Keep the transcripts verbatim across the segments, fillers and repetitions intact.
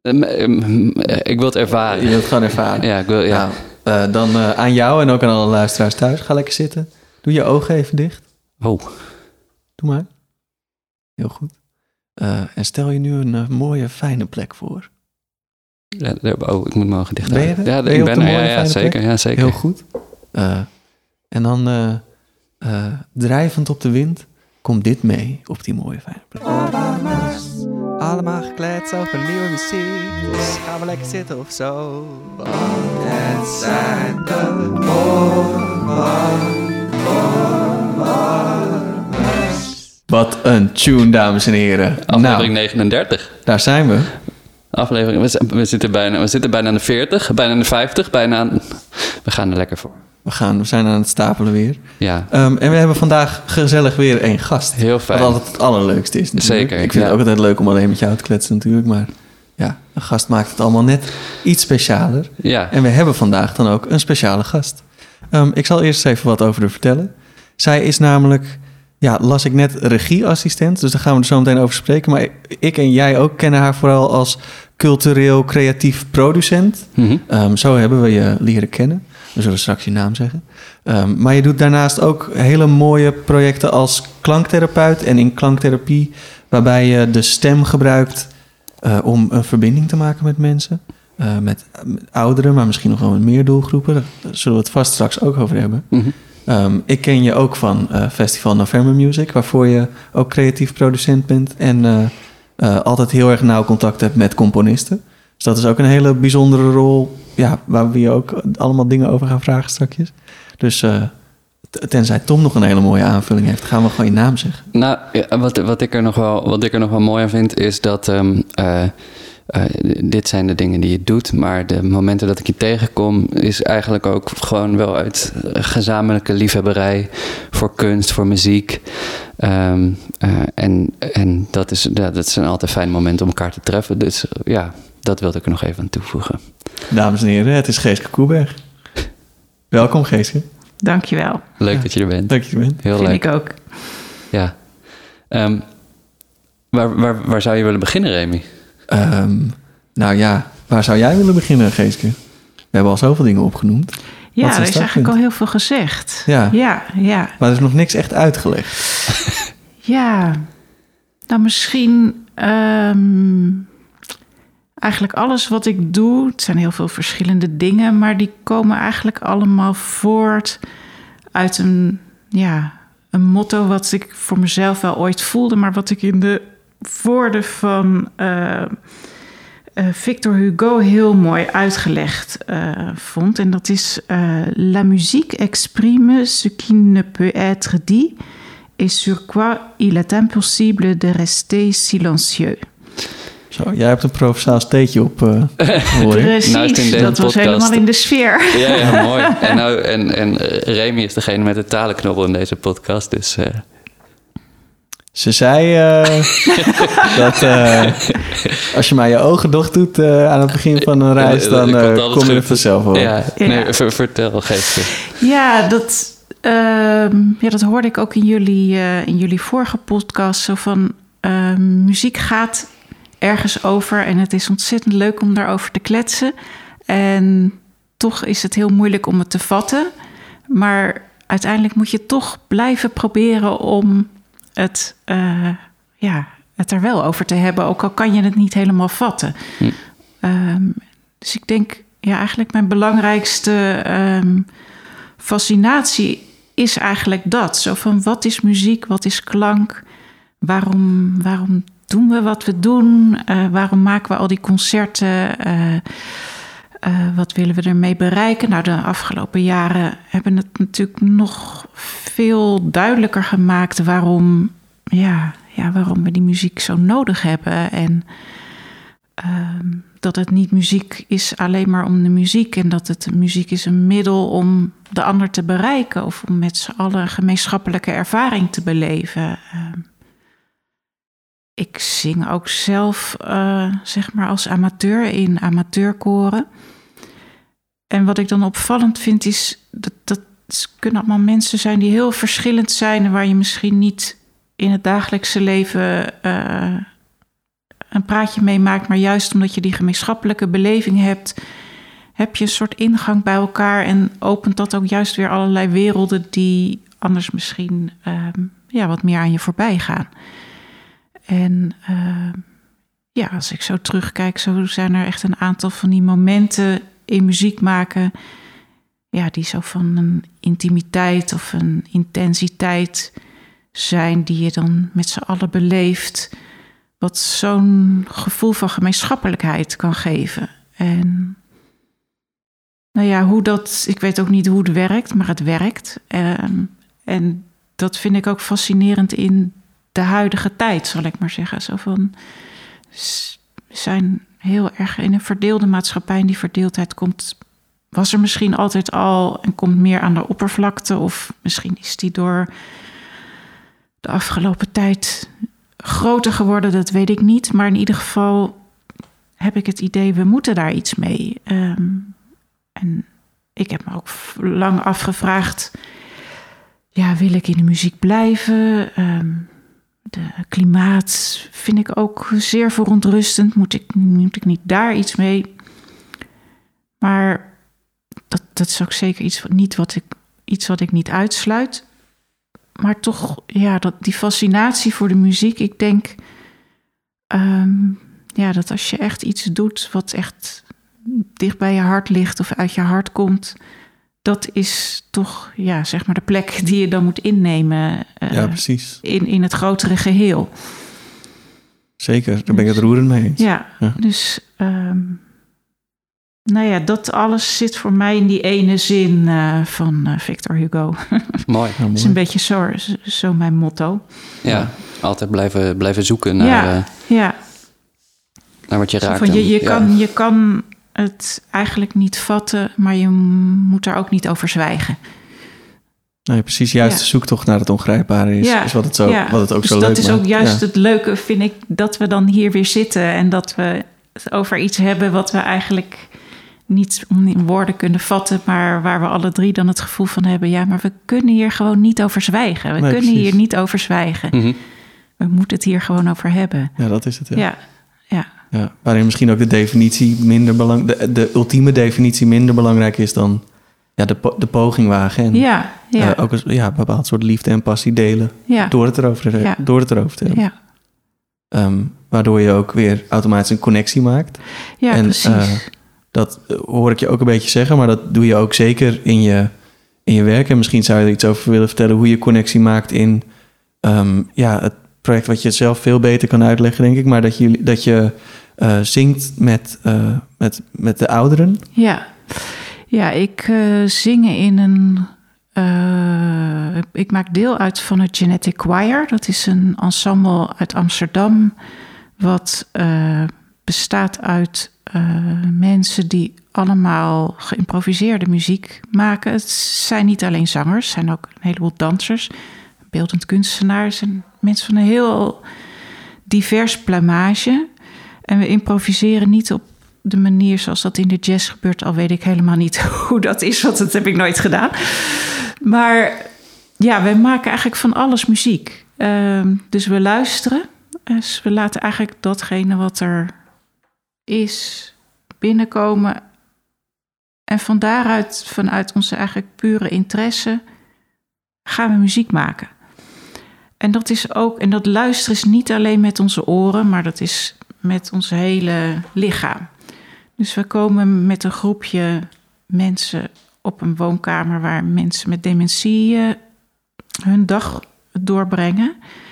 Um, um, ik wil het ervaren. Je wilt het gewoon ervaren. Ja, ik wil, ja. Nou, uh, dan uh, aan jou en ook aan alle luisteraars thuis. Ga lekker zitten. Doe je ogen even dicht. Oh. Doe maar. Heel goed. Uh, en stel je nu een uh, mooie, fijne plek voor. Ja, oh, ik moet mijn ogen dicht houden. Ben je er? Ja, ben je ik ben er. Ja, ja, zeker, ja, zeker. Heel goed. Uh, en dan uh, uh, drijvend op de wind komt dit mee op die mooie, fijne plek. Allemaal gekleed over nieuwe muziek. Dus gaan we lekker zitten of zo. Want het zijn de Oorwarmers. Wat een tune, dames en heren. Aflevering nou, negenendertig. Daar zijn we. Aflevering, we, we, zitten bijna, we zitten bijna aan de veertig, bijna aan de vijftig, bijna aan... We gaan er lekker voor. We, gaan, we zijn aan het stapelen weer. Ja. Um, en we hebben vandaag gezellig weer één gast. Heel fijn. Wat altijd het allerleukste is natuurlijk. Zeker. Ik vind ja. het ook altijd leuk om alleen met jou te kletsen natuurlijk. Maar ja, een gast maakt het allemaal net iets specialer. Ja. En we hebben vandaag dan ook een speciale gast. Um, ik zal eerst even wat over haar vertellen. Zij is namelijk, ja, las ik net, regieassistent. Dus daar gaan we er zo meteen over spreken. Maar ik en jij ook kennen haar vooral als cultureel creatief producent. Mm-hmm. Um, zo hebben we je leren kennen. We zullen straks je naam zeggen. Um, maar je doet daarnaast ook hele mooie projecten als klanktherapeut en in klanktherapie, waarbij je de stem gebruikt uh, om een verbinding te maken met mensen. Uh, met, met ouderen, maar misschien nog wel met meer doelgroepen. Daar zullen we het vast straks ook over hebben. Mm-hmm. Um, ik ken je ook van uh, Festival November Music, waarvoor je ook creatief producent bent en uh, uh, altijd heel erg nauw contact hebt met componisten. Dus dat is ook een hele bijzondere rol, ja, waar we je ook allemaal dingen over gaan vragen straks. Dus uh, tenzij Tom nog een hele mooie aanvulling heeft, gaan we gewoon je naam zeggen. Nou, ja, wat, wat, ik er nog wel, wat ik er nog wel mooi aan vind, is dat um, uh, uh, dit zijn de dingen die je doet, maar de momenten dat ik je tegenkom, is eigenlijk ook gewoon wel uit gezamenlijke liefhebberij voor kunst, voor muziek. Um, uh, en en dat, is, ja, dat is een altijd fijn moment om elkaar te treffen. Dus uh, ja, dat wilde ik er nog even aan toevoegen. Dames en heren, het is Geeske Koeberg. Welkom, Geeske. Dankjewel. Leuk ja. dat je er bent. Leuk dat je er bent. Heel Vind leuk. ik ook. Ja. Um, waar, waar, waar zou je willen beginnen, Remy? Um, nou ja, waar zou jij willen beginnen, Geeske? We hebben al zoveel dingen opgenoemd. Ja, er is eigenlijk al heel veel gezegd. Ja. Ja, ja. Maar er is nog niks echt uitgelegd. Ja, nou misschien um, eigenlijk alles wat ik doe. Het zijn heel veel verschillende dingen, maar die komen eigenlijk allemaal voort uit een, ja, een motto wat ik voor mezelf wel ooit voelde, maar wat ik in de woorden van uh, uh, Victor Hugo heel mooi uitgelegd uh, vond. En dat is uh, La musique exprime ce qui ne peut être dit et sur quoi il est impossible de rester silencieux. Zo, jij hebt een provinciaal steekje op. Uh, Precies, nou, dat podcast. Was helemaal in de sfeer. Ja, ja, mooi. En, nou, en, en Remy is degene met de talenknobbel in deze podcast, dus... Uh... Ze zei uh, dat uh, als je maar je ogen dicht doet uh, aan het begin van een reis, dan uh, kom je er vanzelf op. Ja, nee, ja. Ver, vertel, geef je. Ja, dat, uh, ja, dat hoorde ik ook in jullie, uh, in jullie vorige podcast. Zo van, uh, muziek gaat ergens over en het is ontzettend leuk om daarover te kletsen. En toch is het heel moeilijk om het te vatten. Maar uiteindelijk moet je toch blijven proberen om het, uh, ja, het er wel over te hebben, ook al kan je het niet helemaal vatten. Hm. Um, dus ik denk, ja, eigenlijk mijn belangrijkste um, fascinatie is eigenlijk dat. Zo van, wat is muziek, wat is klank? Waarom, waarom doen we wat we doen? Uh, waarom maken we al die concerten? Uh, uh, wat willen we ermee bereiken? Nou, de afgelopen jaren hebben het natuurlijk nog veel duidelijker gemaakt waarom, ja, ja, waarom we die muziek zo nodig hebben. En uh, dat het niet muziek is alleen maar om de muziek. En dat het muziek is een middel om de ander te bereiken. Of om met z'n allen een gemeenschappelijke ervaring te beleven. Uh, ik zing ook zelf, uh, zeg maar, als amateur in amateurkoren. En wat ik dan opvallend vind is dat dat het kunnen allemaal mensen zijn die heel verschillend zijn en waar je misschien niet in het dagelijkse leven uh, een praatje meemaakt, maar juist omdat je die gemeenschappelijke beleving hebt, heb je een soort ingang bij elkaar en opent dat ook juist weer allerlei werelden die anders misschien um, ja, wat meer aan je voorbij gaan. En uh, ja, als ik zo terugkijk, zo zijn er echt een aantal van die momenten in muziek maken, ja, die zo van een intimiteit of een intensiteit zijn die je dan met z'n allen beleeft, wat zo'n gevoel van gemeenschappelijkheid kan geven. En nou ja, hoe dat, ik weet ook niet hoe het werkt, maar het werkt. Um, en dat vind ik ook fascinerend in de huidige tijd, zal ik maar zeggen. Zo van, we zijn heel erg in een verdeelde maatschappij en die verdeeldheid komt, was er misschien altijd al en komt meer aan de oppervlakte, of misschien is die door de afgelopen tijd groter geworden, dat weet ik niet. Maar in ieder geval heb ik het idee, we moeten daar iets mee. Um, en ik heb me ook lang afgevraagd, ja, wil ik in de muziek blijven? Um, de klimaat vind ik ook zeer verontrustend. Moet ik, moet ik niet daar iets mee? Maar dat, dat is ook zeker iets, niet wat ik, iets wat ik niet uitsluit. Maar toch, ja, dat, die fascinatie voor de muziek. Ik denk um, ja, dat als je echt iets doet wat echt dicht bij je hart ligt of uit je hart komt, dat is toch, ja, zeg maar de plek die je dan moet innemen. Uh, ja, precies. In, in het grotere geheel. Zeker, daar ben ik het roerend mee eens. Ja, ja. dus um, nou ja, dat alles zit voor mij in die ene zin uh, van uh, Victor Hugo. Mooi. Dat is een beetje zo, zo mijn motto. Ja, ja. Altijd blijven, blijven zoeken naar, ja, uh, ja. naar wat je raakt. Van, je, je, ja. kan, je kan het eigenlijk niet vatten, maar je moet er ook niet over zwijgen. Nee, precies, juist ja. de zoektocht naar het ongrijpbare is, ja. is wat het, zo, ja. wat het ook dus zo leuk maakt. dat is ook juist ja. het leuke, vind ik, dat we dan hier weer zitten en dat we het over iets hebben wat we eigenlijk niet in woorden kunnen vatten, maar waar we alle drie dan het gevoel van hebben, ja, maar we kunnen hier gewoon niet over zwijgen. We nee, kunnen precies. hier niet over zwijgen. Mm-hmm. We moeten het hier gewoon over hebben. Ja, dat is het. Ja. Ja, ja. Ja, waarin misschien ook de definitie minder belangrijk, de, de ultieme definitie minder belangrijk is dan ja, de, de poging wagen. En ja, ja. Uh, ook een ja, bepaald soort liefde en passie delen ja. door, het erover, ja. door het erover te hebben. Ja. Um, waardoor je ook weer automatisch een connectie maakt. Ja, en, precies. Uh, dat hoor ik je ook een beetje zeggen, maar dat doe je ook zeker in je, in je werk. En misschien zou je er iets over willen vertellen hoe je connectie maakt in um, ja, het project wat je zelf veel beter kan uitleggen, denk ik. Maar dat je, dat je uh, zingt met, uh, met, met de ouderen. Ja, ja ik uh, zing in een... Uh, ik maak deel uit van het Genetic Choir. Dat is een ensemble uit Amsterdam, wat uh, bestaat uit uh, mensen die allemaal geïmproviseerde muziek maken. Het zijn niet alleen zangers, het zijn ook een heleboel dansers, beeldend kunstenaars en mensen van een heel divers plumage. En we improviseren niet op de manier zoals dat in de jazz gebeurt, al weet ik helemaal niet hoe dat is, want dat heb ik nooit gedaan. Maar ja, wij maken eigenlijk van alles muziek. Uh, dus we luisteren. Dus we laten eigenlijk datgene wat er is binnenkomen. En van daaruit, vanuit onze eigenlijk pure interesse, gaan we muziek maken. En dat is ook, en dat luisteren is niet alleen met onze oren, maar dat is met ons hele lichaam. Dus we komen met een groepje mensen op een woonkamer waar mensen met dementie uh, hun dag doorbrengen.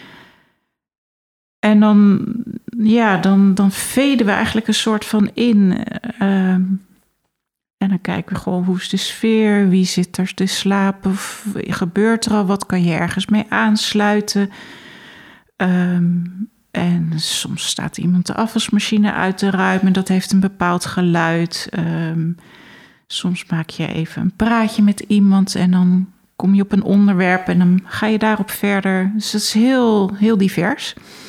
En dan, ja, dan, dan veden we eigenlijk een soort van in. Uh, en dan kijken we gewoon, hoe is de sfeer? Wie zit er te slapen? Of gebeurt er al? Wat kan je ergens mee aansluiten? Um, en soms staat iemand de afwasmachine uit te ruimen. Dat heeft een bepaald geluid. Um, soms maak je even een praatje met iemand en dan kom je op een onderwerp en dan ga je daarop verder. Dus dat is heel, heel divers.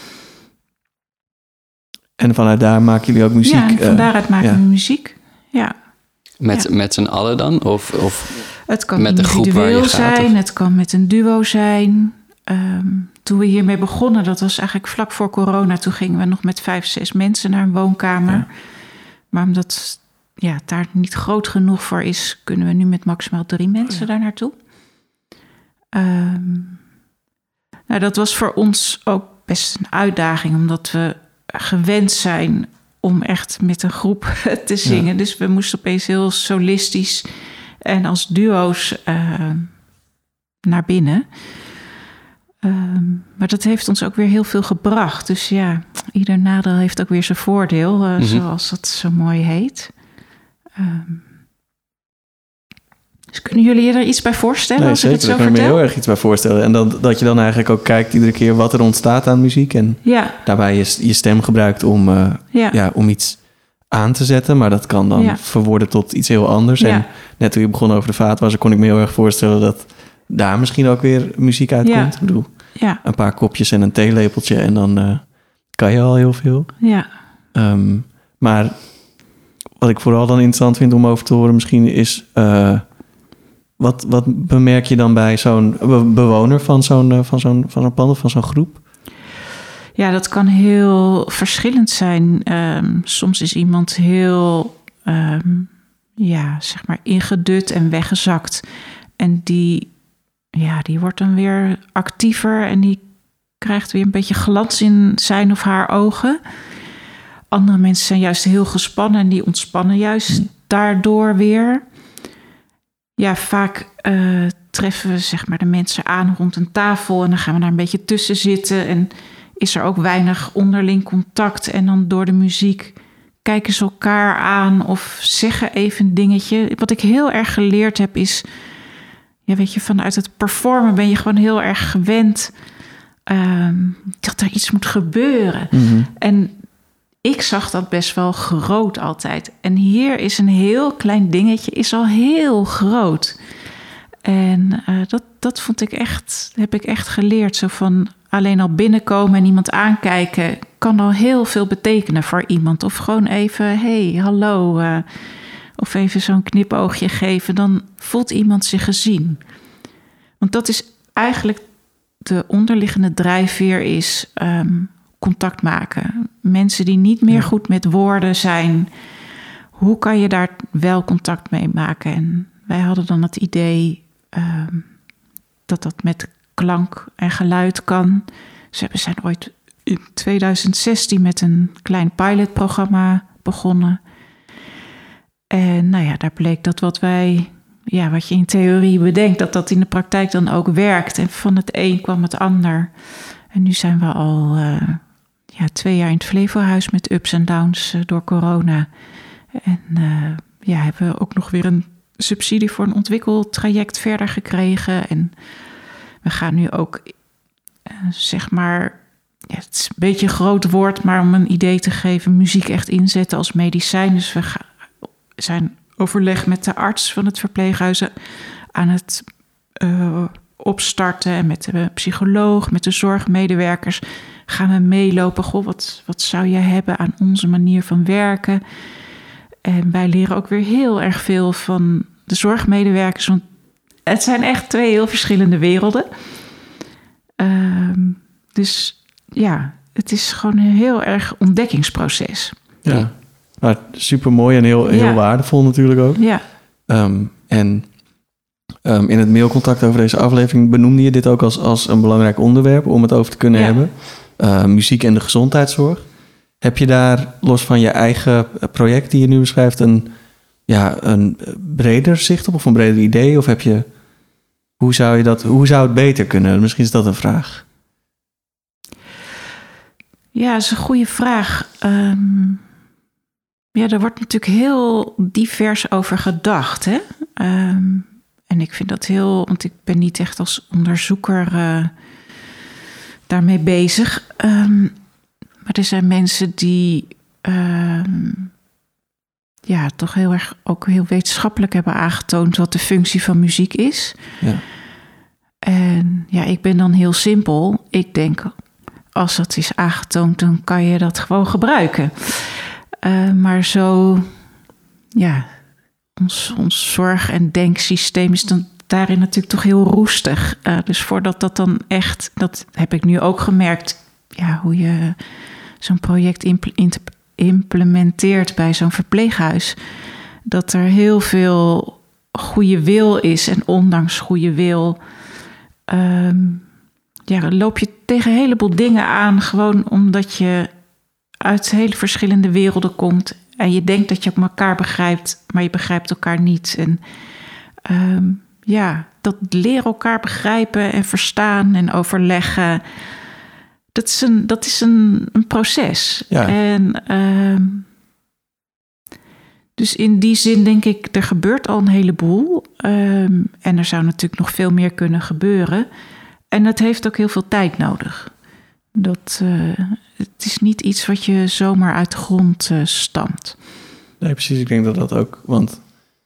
En vanuit daar maken jullie ook muziek? Ja, en van daaruit maken uh, we ja. muziek. Ja. Met, ja. met z'n allen dan? Of, of het kan met de groep waar je gaat? zijn, Of? het kan met een duo zijn. Um, toen we hiermee begonnen, dat was eigenlijk vlak voor corona. Toen gingen we nog met vijf, zes mensen naar een woonkamer. Ja. Maar omdat ja, het daar niet groot genoeg voor is, kunnen we nu met maximaal drie mensen oh ja. daar naartoe. Um, nou, dat was voor ons ook best een uitdaging, omdat we gewend zijn om echt met een groep te zingen. Ja. Dus we moesten opeens heel solistisch en als duo's uh, naar binnen. Um, maar dat heeft ons ook weer heel veel gebracht. Dus ja, ieder nadeel heeft ook weer zijn voordeel, uh, mm-hmm. zoals dat zo mooi heet. Um, dus kunnen jullie je er iets bij voorstellen nee, als zeker, ik het zo vertel? Ik kan vertel? me heel erg iets bij voorstellen. En dan, dat je dan eigenlijk ook kijkt iedere keer wat er ontstaat aan muziek. En ja. daarbij je, je stem gebruikt om, uh, ja. Ja, om iets aan te zetten. Maar dat kan dan ja. verworden tot iets heel anders. Ja. En net toen je begon over de vaatwasser kon ik me heel erg voorstellen dat daar misschien ook weer muziek uitkomt. Ja. Ik bedoel, ja. een paar kopjes en een theelepeltje en dan uh, kan je al heel veel. Ja. Um, maar wat ik vooral dan interessant vind om over te horen misschien is... Uh, wat, wat bemerk je dan bij zo'n bewoner van zo'n, uh, van zo'n, van zo'n pand of van zo'n groep? Ja, dat kan heel verschillend zijn. Um, soms is iemand heel um, ja, zeg maar ingedut en weggezakt. En die... Ja, die wordt dan weer actiever en die krijgt weer een beetje glans in zijn of haar ogen. Andere mensen zijn juist heel gespannen en die ontspannen juist mm. daardoor weer. Ja, vaak uh, treffen we zeg maar de mensen aan rond een tafel en dan gaan we daar een beetje tussen zitten. En is er ook weinig onderling contact en dan door de muziek kijken ze elkaar aan of zeggen even een dingetje. Wat ik heel erg geleerd heb is... Ja, weet je, vanuit het performen ben je gewoon heel erg gewend um, dat er iets moet gebeuren. Mm-hmm. En ik zag dat best wel groot altijd. En hier is een heel klein dingetje, is al heel groot. En uh, dat, dat vond ik echt, heb ik echt geleerd. Zo van alleen al binnenkomen en iemand aankijken kan al heel veel betekenen voor iemand. Of gewoon even, hey, hallo, uh, of even zo'n knipoogje geven, dan voelt iemand zich gezien. Want dat is eigenlijk de onderliggende drijfveer is um, contact maken. Mensen die niet meer ja. goed met woorden zijn, hoe kan je daar wel contact mee maken? En wij hadden dan het idee um, dat dat met klank en geluid kan. Dus we zijn ooit in tweeduizend zestien met een klein pilotprogramma begonnen. En nou ja, daar bleek dat wat wij, ja, wat je in theorie bedenkt, dat dat in de praktijk dan ook werkt. En van het een kwam het ander. En nu zijn we al uh, ja, twee jaar in het Flevohuis met ups en downs uh, door corona. En uh, ja, hebben we ook nog weer een subsidie voor een ontwikkeltraject verder gekregen. En we gaan nu ook, uh, zeg maar, ja, het is een beetje een groot woord, maar om een idee te geven, muziek echt inzetten als medicijn. Dus we gaan zijn overleg met de arts van het verpleeghuis aan het uh, opstarten. En met de psycholoog, met de zorgmedewerkers gaan we meelopen. Goh, wat, wat zou je hebben aan onze manier van werken? En wij leren ook weer heel erg veel van de zorgmedewerkers. Want het zijn echt twee heel verschillende werelden. Uh, dus ja, het is gewoon een heel erg ontdekkingsproces. Ja. Nou, super mooi en heel, heel ja. waardevol natuurlijk ook. Ja. Um, en um, in het mailcontact over deze aflevering benoemde je dit ook als, als een belangrijk onderwerp om het over te kunnen ja. hebben. Uh, muziek en de gezondheidszorg. Heb je daar, los van je eigen project die je nu beschrijft, een, ja, een breder zicht op of een breder idee? Of heb je, hoe zou je dat, hoe zou het beter kunnen? Misschien is dat een vraag. Ja, dat is een goede vraag. Um... Ja, er wordt natuurlijk heel divers over gedacht. Hè? Um, en ik vind dat heel... Want ik ben niet echt als onderzoeker uh, daarmee bezig. Um, maar er zijn mensen die... Um, ja, toch heel erg ook heel wetenschappelijk hebben aangetoond wat de functie van muziek is. Ja. En ja, ik ben dan heel simpel. Ik denk, als dat is aangetoond, dan kan je dat gewoon gebruiken. Uh, maar zo, ja, ons, ons zorg- en denksysteem is dan daarin natuurlijk toch heel roestig. Uh, dus voordat dat dan echt, dat heb ik nu ook gemerkt, ja, hoe je zo'n project impl- implementeert bij zo'n verpleeghuis. Dat er heel veel goede wil is en ondanks goede wil um, ja, loop je tegen een heleboel dingen aan, gewoon omdat je uit hele verschillende werelden komt en je denkt dat je elkaar begrijpt, maar je begrijpt elkaar niet. En um, ja, dat leren elkaar begrijpen en verstaan en overleggen, dat is een, dat is een, een proces. Ja. En um, dus in die zin denk ik, er gebeurt al een heleboel. Um, en er zou natuurlijk nog veel meer kunnen gebeuren. En het heeft ook heel veel tijd nodig. Dat, uh, het is niet iets wat je zomaar uit de grond uh, stampt. Nee, precies. Ik denk dat dat ook... Want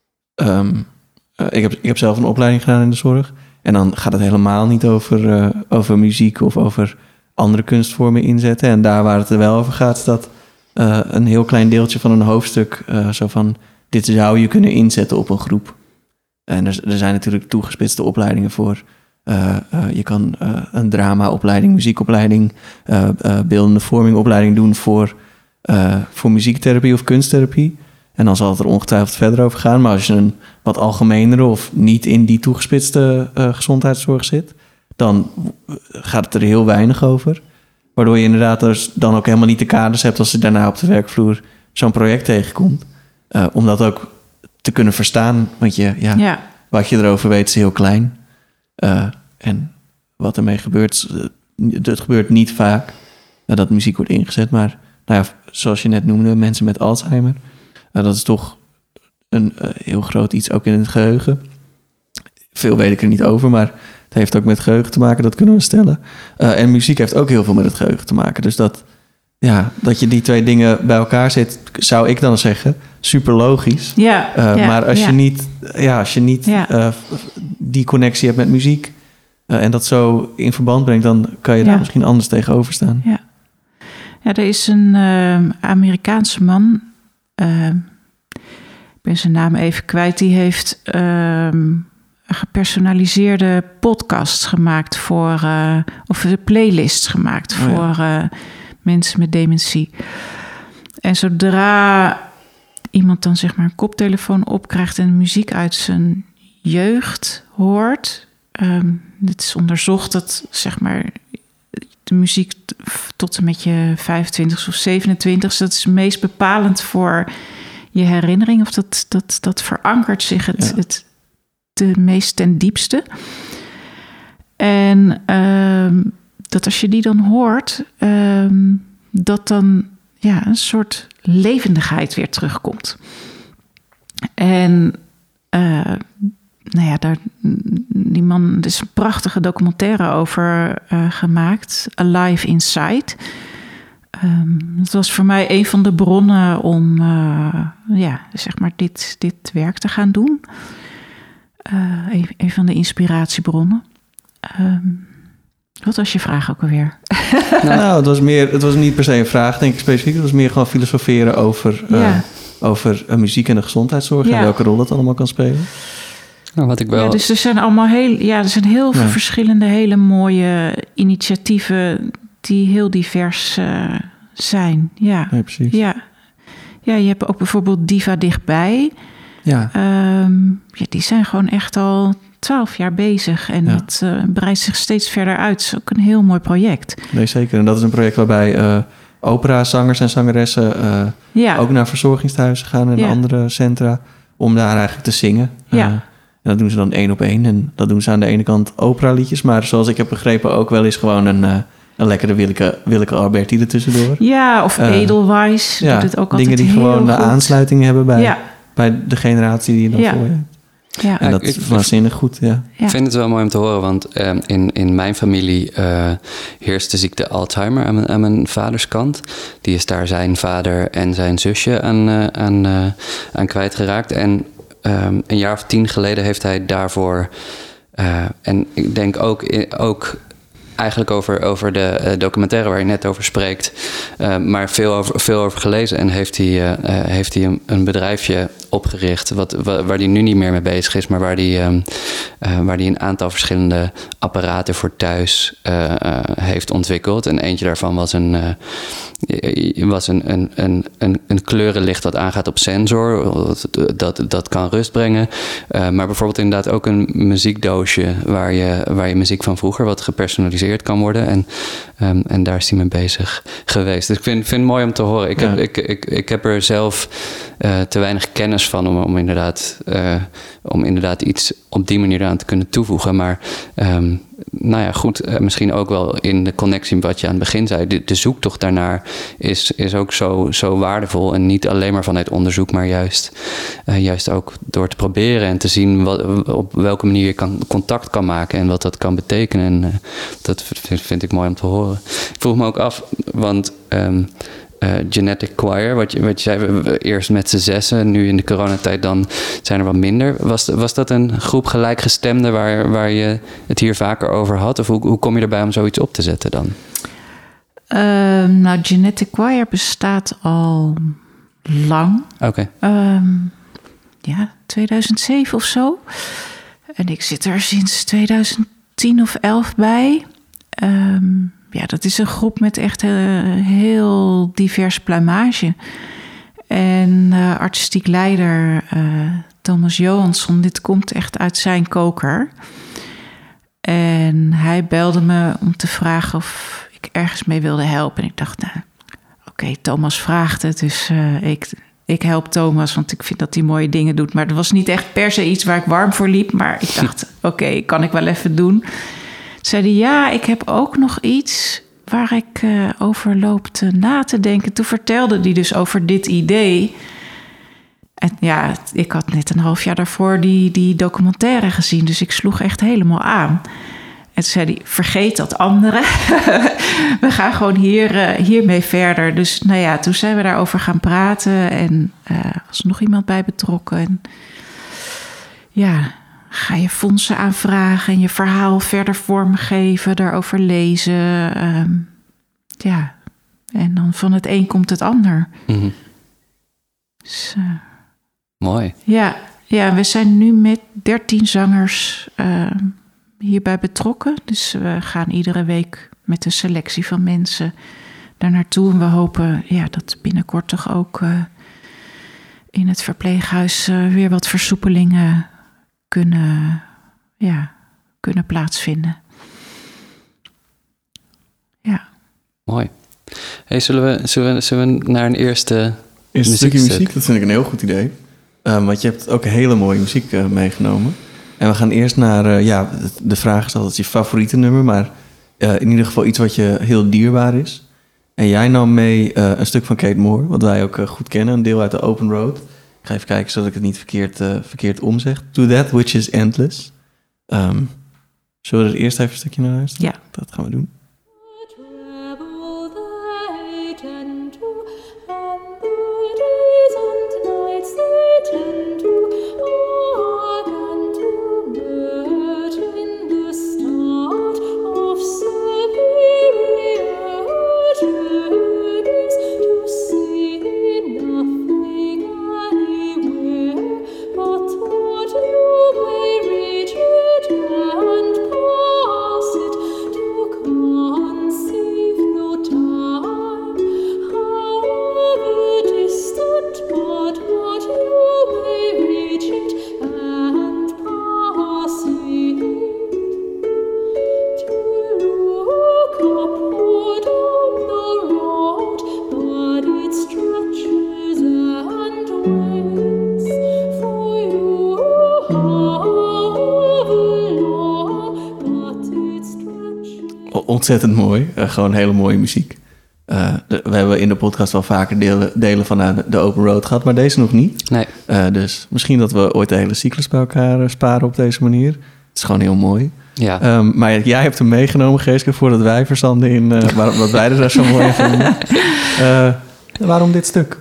um, uh, ik, heb, ik heb zelf een opleiding gedaan in de zorg. En dan gaat het helemaal niet over, uh, over muziek of over andere kunstvormen inzetten. En daar waar het er wel over gaat, is dat uh, een heel klein deeltje van een hoofdstuk uh, zo van, dit zou je kunnen inzetten op een groep. En er, er zijn natuurlijk toegespitste opleidingen voor. Uh, uh, je kan uh, een dramaopleiding, muziekopleiding, uh, uh, beeldende vormingopleiding doen voor, uh, voor muziektherapie of kunsttherapie. En dan zal het er ongetwijfeld verder over gaan. Maar als je een wat algemenere of niet in die toegespitste uh, gezondheidszorg zit, dan gaat het er heel weinig over. Waardoor je inderdaad dus dan ook helemaal niet de kaders hebt als je daarna op de werkvloer zo'n project tegenkomt. Uh, om dat ook te kunnen verstaan. Want je, ja, Ja. wat je erover weet is heel klein. Uh, en wat ermee gebeurt, uh, het gebeurt niet vaak uh, dat muziek wordt ingezet. Maar nou ja, zoals je net noemde, mensen met Alzheimer. Uh, dat is toch een uh, heel groot iets ook in het geheugen. Veel weet ik er niet over, maar het heeft ook met geheugen te maken, dat kunnen we stellen. Uh, en muziek heeft ook heel veel met het geheugen te maken. Dus dat, ja, dat je die twee dingen bij elkaar zet, zou ik dan zeggen, super logisch. Ja, uh, ja, maar als ja. je niet, ja, als je niet Ja. uh, die connectie hebt met muziek uh, en dat zo in verband brengt, dan kan je daar Ja. misschien anders tegenover staan. Ja, ja, er is een uh, Amerikaanse man, uh, ik ben zijn naam even kwijt, die heeft uh, gepersonaliseerde podcasts gemaakt voor, uh, of playlists gemaakt Oh, voor uh, mensen met dementie. En zodra iemand dan zeg maar een koptelefoon opkrijgt en muziek uit zijn jeugd hoort, um, het is onderzocht dat zeg maar de muziek tot en met je vijfentwintigste of zevenentwintigste, dat is het meest bepalend voor je herinnering, of dat, dat, dat verankert zich het, Ja. het de meest ten diepste. En um, dat als je die dan hoort, um, dat dan ja, een soort levendigheid weer terugkomt. En uh, nou ja, daar, die man, er is een prachtige documentaire over uh, gemaakt, Alive Inside. Um, het was voor mij een van de bronnen om uh, ja, zeg maar dit, dit werk te gaan doen. Uh, een, een van de inspiratiebronnen. Um, wat was je vraag ook alweer? Nou, nou het, was meer, het was niet per se een vraag, denk ik specifiek. Het was meer gewoon filosoferen over, uh, Ja. over uh, muziek en de gezondheidszorg. Ja. En welke rol dat allemaal kan spelen. Nou, wat ik wel... Ja, dus er zijn allemaal heel, ja, er zijn heel veel Ja. verschillende hele mooie initiatieven die heel divers uh, zijn. Ja. Nee, precies. Ja. Ja, je hebt ook bijvoorbeeld Diva Dichtbij. Ja. Um, ja, die zijn gewoon echt al twaalf jaar bezig. En Ja. dat uh, breidt zich steeds verder uit. Het is ook een heel mooi project. Nee, zeker. En dat is een project waarbij uh, operazangers en zangeressen uh, Ja, ook naar verzorgingstehuizen gaan en Ja. andere centra om daar eigenlijk te zingen. Ja. Uh, en dat doen ze dan één op één. En dat doen ze aan de ene kant operaliedjes, maar zoals ik heb begrepen ook wel eens gewoon een, uh, een lekkere Willeke, Willeke Alberti ertussendoor. ja of Uh, Edelweiss doet het ook altijd dingen die heel gewoon de goed. aansluiting hebben bij, Ja, bij de generatie die je dan Ja. voor je hebt. ja. En Ja, dat ik- is waanzinnig goed, ja. Ja. Ik vind het wel mooi om te horen, want eh, in, in mijn familie uh, heerst de ziekte Alzheimer aan mijn, aan mijn vaders kant. Die is daar zijn vader en zijn zusje aan, uh, aan, uh, aan kwijtgeraakt. En um, een jaar of tien geleden heeft hij daarvoor... Uh, en ik denk ook, ook eigenlijk over, over de uh, documentaire waar je net over spreekt. Uh, maar veel over, veel over gelezen. En heeft hij, uh, uh, heeft hij een, een bedrijfje opgericht. Wat, wa, waar hij nu niet meer mee bezig is. Maar waar hij, um, uh, waar hij een aantal verschillende apparaten voor thuis uh, uh, heeft ontwikkeld. En eentje daarvan was een, uh, was een, een, een, een, een kleurenlicht dat aangaat op sensor. Dat, dat, dat kan rust brengen. Uh, maar bijvoorbeeld inderdaad ook een muziekdoosje waar je, waar je muziek van vroeger wat gepersonaliseerd kan worden. En, um, en daar is hij mee bezig geweest. Dus ik vind, vind het mooi om te horen. Ik, ja. heb, ik, ik, ik heb er zelf uh, te weinig kennis van om, om, inderdaad, uh, om inderdaad iets op die manier aan te kunnen toevoegen. Maar um, nou ja, goed, uh, misschien ook wel in de connectie wat je aan het begin zei. De, de zoektocht daarnaar is, is ook zo, zo waardevol. En niet alleen maar vanuit onderzoek, maar juist, uh, juist ook door te proberen en te zien wat, op welke manier je kan, contact kan maken en wat dat kan betekenen. En uh, dat vind, vind ik mooi om te horen. Ik vroeg me ook af, want um, uh, Genetic Choir, wat je, wat je zei, we, we eerst met z'n zessen, nu in de coronatijd dan zijn er wat minder. Was, was dat een groep gelijkgestemden waar, waar je het hier vaker over had? Of hoe, hoe kom je erbij om zoiets op te zetten dan? Uh, nou, Genetic Choir bestaat al lang. Oké. Okay. Um, ja, tweeduizend zeven of zo. En ik zit er sinds tweeduizend tien of elf bij. Um, ja, dat is een groep met echt heel, heel divers pluimage. En uh, artistiek leider uh, Thomas Johansson, dit komt echt uit zijn koker. En hij belde me om te vragen of ik ergens mee wilde helpen. En ik dacht, nou, oké, okay, Thomas vraagt het, dus uh, ik... Ik help Thomas, want ik vind dat hij mooie dingen doet. Maar dat was niet echt per se iets waar ik warm voor liep. Maar ik dacht, oké, okay, kan ik wel even doen. Toen zei hij, ja, ik heb ook nog iets waar ik uh, over loop te na te denken. Toen vertelde hij dus over dit idee. En ja, ik had net een half jaar daarvoor die, die documentaire gezien. Dus ik sloeg echt helemaal aan. En toen zei hij, vergeet dat andere. We gaan gewoon hier, uh, hiermee verder. Dus nou ja, toen zijn we daarover gaan praten. En uh, was er nog iemand bij betrokken. En ja, ga je fondsen aanvragen en je verhaal verder vormgeven. Daarover lezen. Um, ja, en dan van het een komt het ander. Mm-hmm. Dus, uh, Mooi. Ja, ja, we zijn nu met dertien zangers... Uh, hierbij betrokken. Dus we gaan iedere week met een selectie van mensen daar naartoe. En we hopen ja, dat binnenkort toch ook uh, in het verpleeghuis uh, weer wat versoepelingen kunnen, ja, kunnen plaatsvinden. Ja. Mooi. Hey, zullen, we, zullen, we, zullen we naar een eerste Eerste stukje muziek? Dat vind ik een heel goed idee. Um, want je hebt ook hele mooie muziek uh, meegenomen. En we gaan eerst naar, uh, ja, de vraag is altijd je favoriete nummer, maar uh, in ieder geval iets wat je heel dierbaar is. En jij nam mee uh, een stuk van Kate Moore, wat wij ook uh, goed kennen, een deel uit de Open Road. Ik ga even kijken zodat ik het niet verkeerd, uh, verkeerd omzeg. To That Which Is Endless. Um, zullen we er eerst even een stukje naar luisteren? Ja. Dat gaan we doen. Ontzettend mooi. Uh, gewoon hele mooie muziek. Uh, de, we hebben in de podcast wel vaker delen, delen van uh, de Open Road gehad, maar deze nog niet. Nee. Uh, dus misschien dat we ooit de hele cyclus bij elkaar uh, sparen op deze manier. Het is gewoon heel mooi. Ja. Um, maar jij hebt hem meegenomen, Geeske, voordat wij verzanden in uh, waar, wat wij er daar zo mooi in vinden. Uh, waarom dit stuk?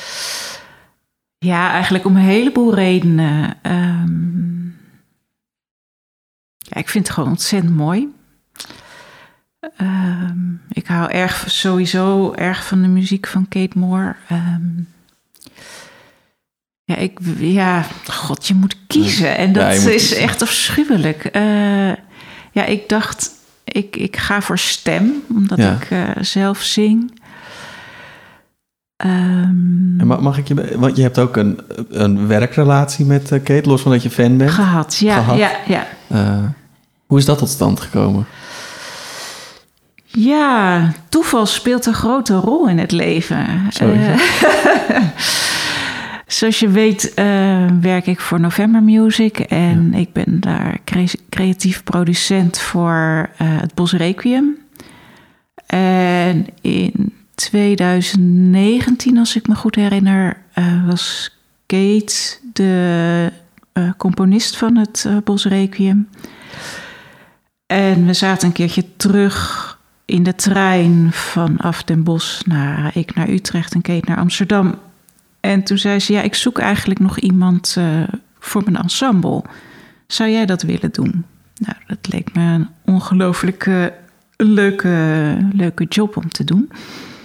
Ja, eigenlijk om een heleboel redenen. Um, ja, ik vind het gewoon ontzettend mooi. Um, ik hou erg, sowieso erg van de muziek van Kate Moore. Um, ja, ik, ja, god, je moet kiezen. En dat ja, is kiezen. Echt afschuwelijk. Uh, ja, ik dacht, ik, ik ga voor stem, omdat ja. ik uh, zelf zing. Um, en mag ik je, want je hebt ook een, een werkrelatie met uh, Kate, los van dat je fan bent. Gehad, ja. Gehad. ja, ja. Uh, hoe is dat tot stand gekomen? Ja, toeval speelt een grote rol in het leven. Uh, zoals je weet uh, werk ik voor November Music en ja. ik ben daar cre- creatief producent voor uh, het Bos Requiem. En in twintig negentien, als ik me goed herinner, uh, was Kate de uh, componist van het uh, Bos Requiem. En we zaten een keertje terug in de trein vanaf Den Bosch naar, ik naar Utrecht en Kate naar Amsterdam. En toen zei ze, ja, ik zoek eigenlijk nog iemand uh, voor mijn ensemble. Zou jij dat willen doen? Nou, dat leek me een ongelooflijk uh, leuke, leuke job om te doen.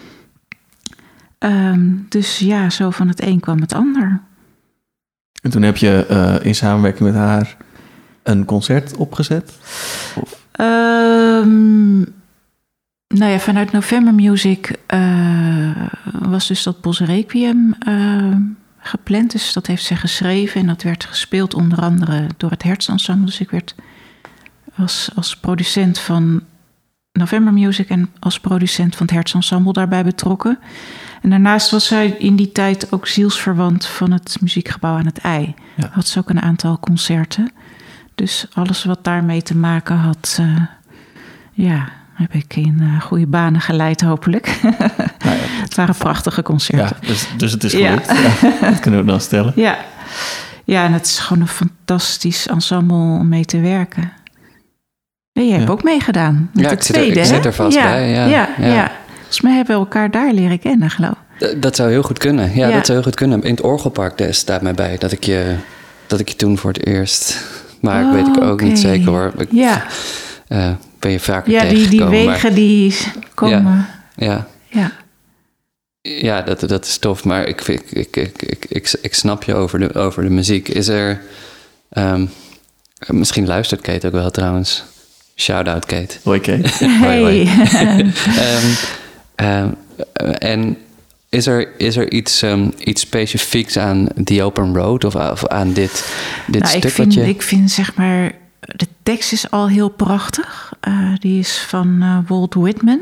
Um, dus ja, zo van het een kwam het ander. En toen heb je uh, in samenwerking met haar een concert opgezet? Of? Um, nou ja, vanuit November Music uh, was dus dat Bos Requiem uh, gepland. Dus dat heeft zij geschreven en dat werd gespeeld onder andere door het Hertzensemble. Dus ik werd als, als producent van November Music en als producent van het Hertzensemble daarbij betrokken. En daarnaast was zij in die tijd ook zielsverwant van het Muziekgebouw aan het IJ. Ja. Had ze ook een aantal concerten. Dus alles wat daarmee te maken had, uh, ja, heb ik in uh, goede banen geleid, hopelijk. Nou ja, het waren prachtige concerten. Ja, dus, dus het is gelukt. Ja. Ja, dat kunnen we dan stellen. Ja. ja, en het is gewoon een fantastisch ensemble om mee te werken. Ja, jij ja. hebt ook meegedaan met ja, de ik tweede, zit er, ik zit er vast ja, bij. Ja, ja, ja. ja. Volgens mij hebben we elkaar daar leren kennen, geloof ik. Dat zou heel goed kunnen. Ja, ja, dat zou heel goed kunnen. In het Orgelpark daar staat mij bij dat ik je, dat ik je toen voor het eerst... Maar oh, weet ik ook okay. niet zeker hoor. Ik, ja. Uh, ben je vaker ja, tegengekomen. Ja, die, die wegen maar, die komen. Ja, ja. ja. ja dat, dat is tof. Maar ik, ik, ik, ik, ik, ik, ik snap je over de, over de muziek. Is er... Um, misschien luistert Kate ook wel trouwens. Shout-out Kate. Hoi Kate. Hey. hoi, hoi. um, um, en... Is er, is er iets, um, iets specifieks aan The Open Road of, of aan dit, dit nou, stuk? Ik vind, wat je... ik vind zeg maar, de tekst is al heel prachtig. Uh, die is van uh, Walt Whitman.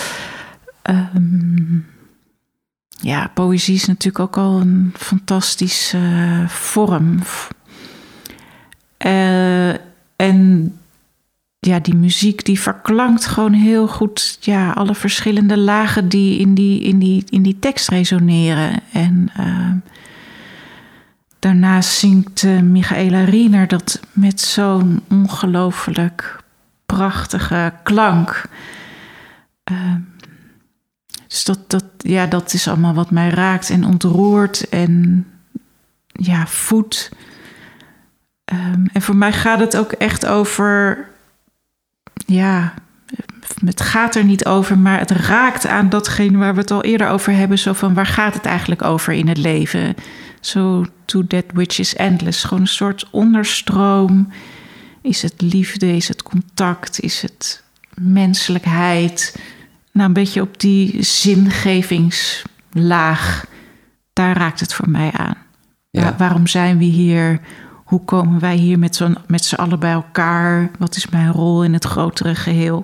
Um, ja, poëzie is natuurlijk ook al een fantastische uh, vorm. Uh, en ja, die muziek die verklankt gewoon heel goed. Ja, alle verschillende lagen die in die, in die, in die tekst resoneren. En uh, daarnaast zingt uh, Michaela Riener dat met zo'n ongelooflijk prachtige klank. Uh, dus dat, dat, ja, dat is allemaal wat mij raakt en ontroert en ja, voedt. Um, en voor mij gaat het ook echt over... Ja, het gaat er niet over, maar het raakt aan datgene waar we het al eerder over hebben. Zo van, waar gaat het eigenlijk over in het leven? Zo, so, to that which is endless. Gewoon een soort onderstroom. Is het liefde, is het contact, is het menselijkheid? Nou, een beetje op die zingevingslaag. Daar raakt het voor mij aan. Ja. Waar, waarom zijn we hier? Hoe komen wij hier met, zo'n, met z'n allen bij elkaar? Wat is mijn rol in het grotere geheel?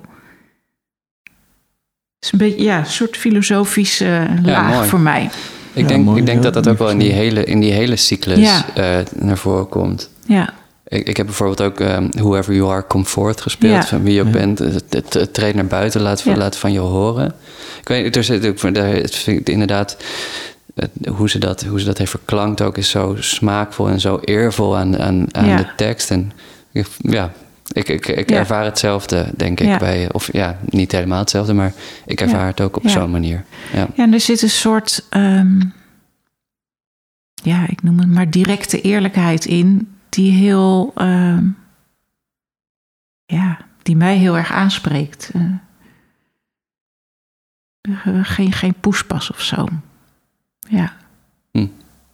Het is een beetje, ja, een soort filosofische laag ja, voor mij. Ik ja, denk, mooi, ik denk ja, dat dat ook wel in die hele, in die hele cyclus ja. uh, naar voren komt. Ja. Ik, ik heb bijvoorbeeld ook um, Whoever You Are, Come Forth gespeeld. Ja. Van wie je ook ja. bent, het, het, het treedt naar buiten, laat, ja. laat van je horen. Ik weet, er zit ook, daar vind ik inderdaad... Hoe ze, dat, hoe ze dat heeft verklankt ook is zo smaakvol en zo eervol aan, aan, aan ja. de tekst. En ja, ik, ik, ik ja. ervaar hetzelfde, denk ik. Ja. Bij, of ja, niet helemaal hetzelfde, maar ik ervaar ja. het ook op ja. zo'n manier. Ja. ja, en er zit een soort, um, ja, ik noem het maar directe eerlijkheid in, die heel, um, ja, die mij heel erg aanspreekt. Uh, Uh, geen, geen poespas of zo. Ja. Hm.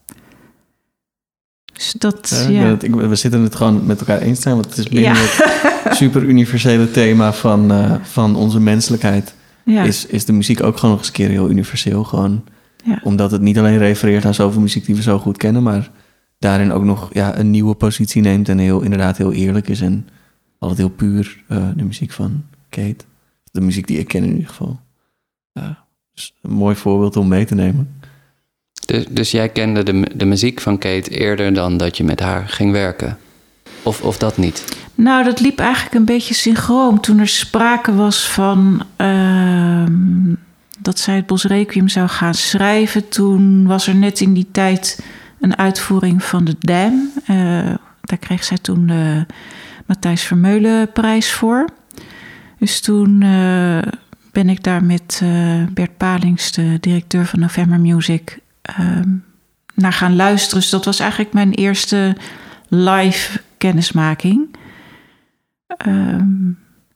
Dus dat, Ja, ja. dat, ik, we zitten het gewoon met elkaar eens zijn, want het is binnen Ja. het super universele thema van, uh, van onze menselijkheid. Ja. Is, is de muziek ook gewoon nog eens een keer heel universeel. Gewoon, ja. Omdat het niet alleen refereert aan zoveel muziek die we zo goed kennen, maar daarin ook nog ja, een nieuwe positie neemt en heel, inderdaad heel eerlijk is. En altijd heel puur uh, de muziek van Kate. De muziek die ik ken in ieder geval. Uh, dus een mooi voorbeeld om mee te nemen. Dus, dus jij kende de, de muziek van Kate eerder dan dat je met haar ging werken? Of, of dat niet? Nou, dat liep eigenlijk een beetje synchroon. Toen er sprake was van uh, dat zij het Bos Requiem zou gaan schrijven, toen was er net in die tijd een uitvoering van de Dam. Uh, daar kreeg zij toen de Matthijs Vermeulen prijs voor. Dus toen uh, ben ik daar met uh, Bert Palings, de directeur van November Music, uh, naar gaan luisteren. Dus dat was eigenlijk mijn eerste live kennismaking. Um,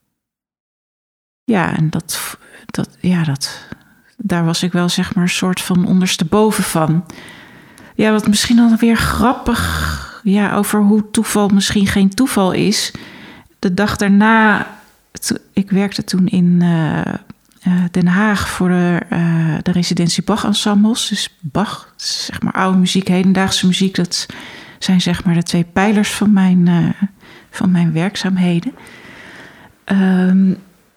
ja, en dat, dat, ja, dat, daar was ik wel zeg maar een soort van ondersteboven van. Ja, wat misschien dan weer grappig, ja, over hoe toeval misschien geen toeval is. De dag daarna, to, ik werkte toen in uh, uh, Den Haag voor de, uh, de residentie Bach ensembles. Dus Bach, zeg maar oude muziek, hedendaagse muziek, dat zijn zeg maar de twee pijlers van mijn, uh, van mijn werkzaamheden. Um,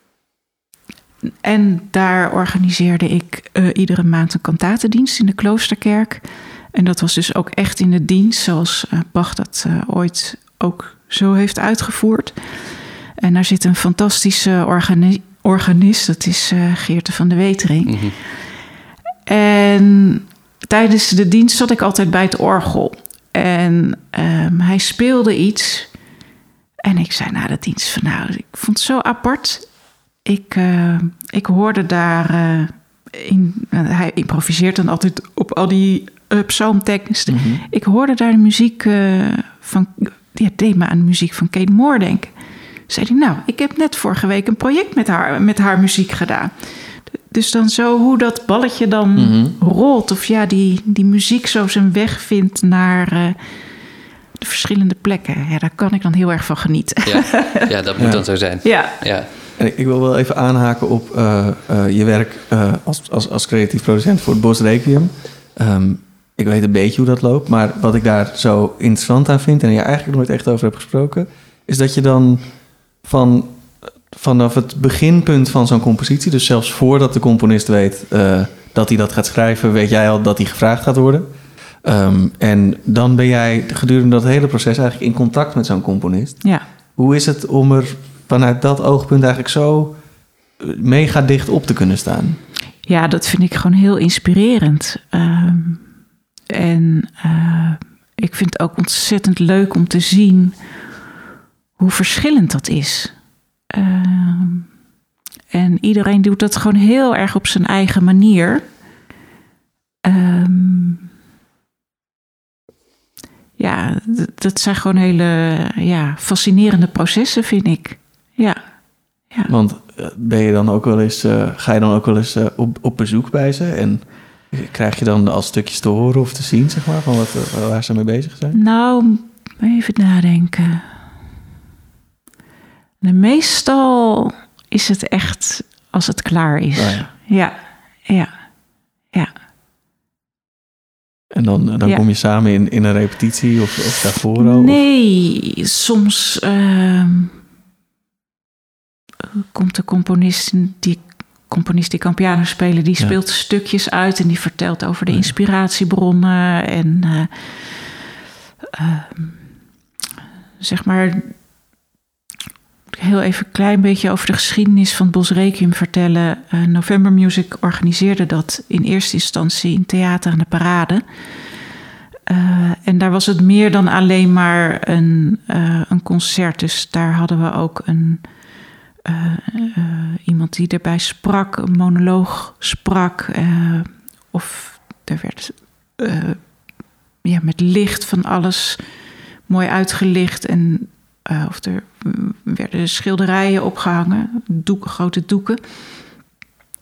en daar organiseerde ik uh, iedere maand een kantatendienst in de Kloosterkerk. En dat was dus ook echt in de dienst, zoals uh, Bach dat uh, ooit ook zo heeft uitgevoerd. En daar zit een fantastische organi- organist, dat is uh, Geerte van de Wetering. Mm-hmm. En tijdens de dienst zat ik altijd bij het orgel. En um, hij speelde iets. En ik zei na de dienst van nou, ik vond het zo apart. Ik, uh, ik hoorde daar, uh, in, uh, hij improviseert dan altijd op al die uh, psalmteksten. Mm-hmm. Ik hoorde daar de muziek uh, van, ja, deed me aan de muziek van Kate Moore denken. Zei hij, nou, ik heb net vorige week een project met haar, met haar muziek gedaan. Dus dan zo hoe dat balletje dan mm-hmm. rolt. Of ja, die, die muziek zo zijn weg vindt naar uh, de verschillende plekken. Ja, daar kan ik dan heel erg van genieten. Ja, ja dat moet ja. dan zo zijn. Ja. ja. En ik, ik wil wel even aanhaken op uh, uh, je werk uh, als, als, als creatief producent voor het Bos Requiem. Um, ik weet een beetje hoe dat loopt. Maar wat ik daar zo interessant aan vind, en je eigenlijk nooit echt over hebt gesproken, is dat je dan van... vanaf het beginpunt van zo'n compositie, dus zelfs voordat de componist weet uh, dat hij dat gaat schrijven, weet jij al dat hij gevraagd gaat worden. Um, en dan ben jij gedurende dat hele proces eigenlijk in contact met zo'n componist. Ja. Hoe is het om er vanuit dat oogpunt eigenlijk zo mega dicht op te kunnen staan? Ja, dat vind ik gewoon heel inspirerend. Um, en uh, ik vind het ook ontzettend leuk om te zien hoe verschillend dat is. Uh, en iedereen doet dat gewoon heel erg op zijn eigen manier. Um, ja, d- dat zijn gewoon hele ja, fascinerende processen, vind ik. Ja. ja. Want ben je dan ook wel eens, uh, ga je dan ook wel eens uh, op, op bezoek bij ze? En krijg je dan al stukjes te horen of te zien, zeg maar, van wat, uh, waar ze mee bezig zijn? Nou, even nadenken. En meestal is het echt als het klaar is. Oh ja. ja, ja, ja. En dan, dan ja. kom je samen in, in een repetitie of, of daarvoor al? Nee, of? soms uh, komt de componist die, componist die kan piano spelen, die ja. speelt stukjes uit en die vertelt over de inspiratiebronnen en uh, uh, zeg maar heel even een klein beetje over de geschiedenis van het Bos Requiem vertellen. Uh, November Music organiseerde dat in eerste instantie in Theater aan de Parade. Uh, en daar was het meer dan alleen maar een, uh, een concert. Dus daar hadden we ook een, uh, uh, iemand die erbij sprak, een monoloog sprak. Uh, of er werd uh, ja, met licht van alles mooi uitgelicht en Uh, of er werden schilderijen opgehangen, doeken, grote doeken.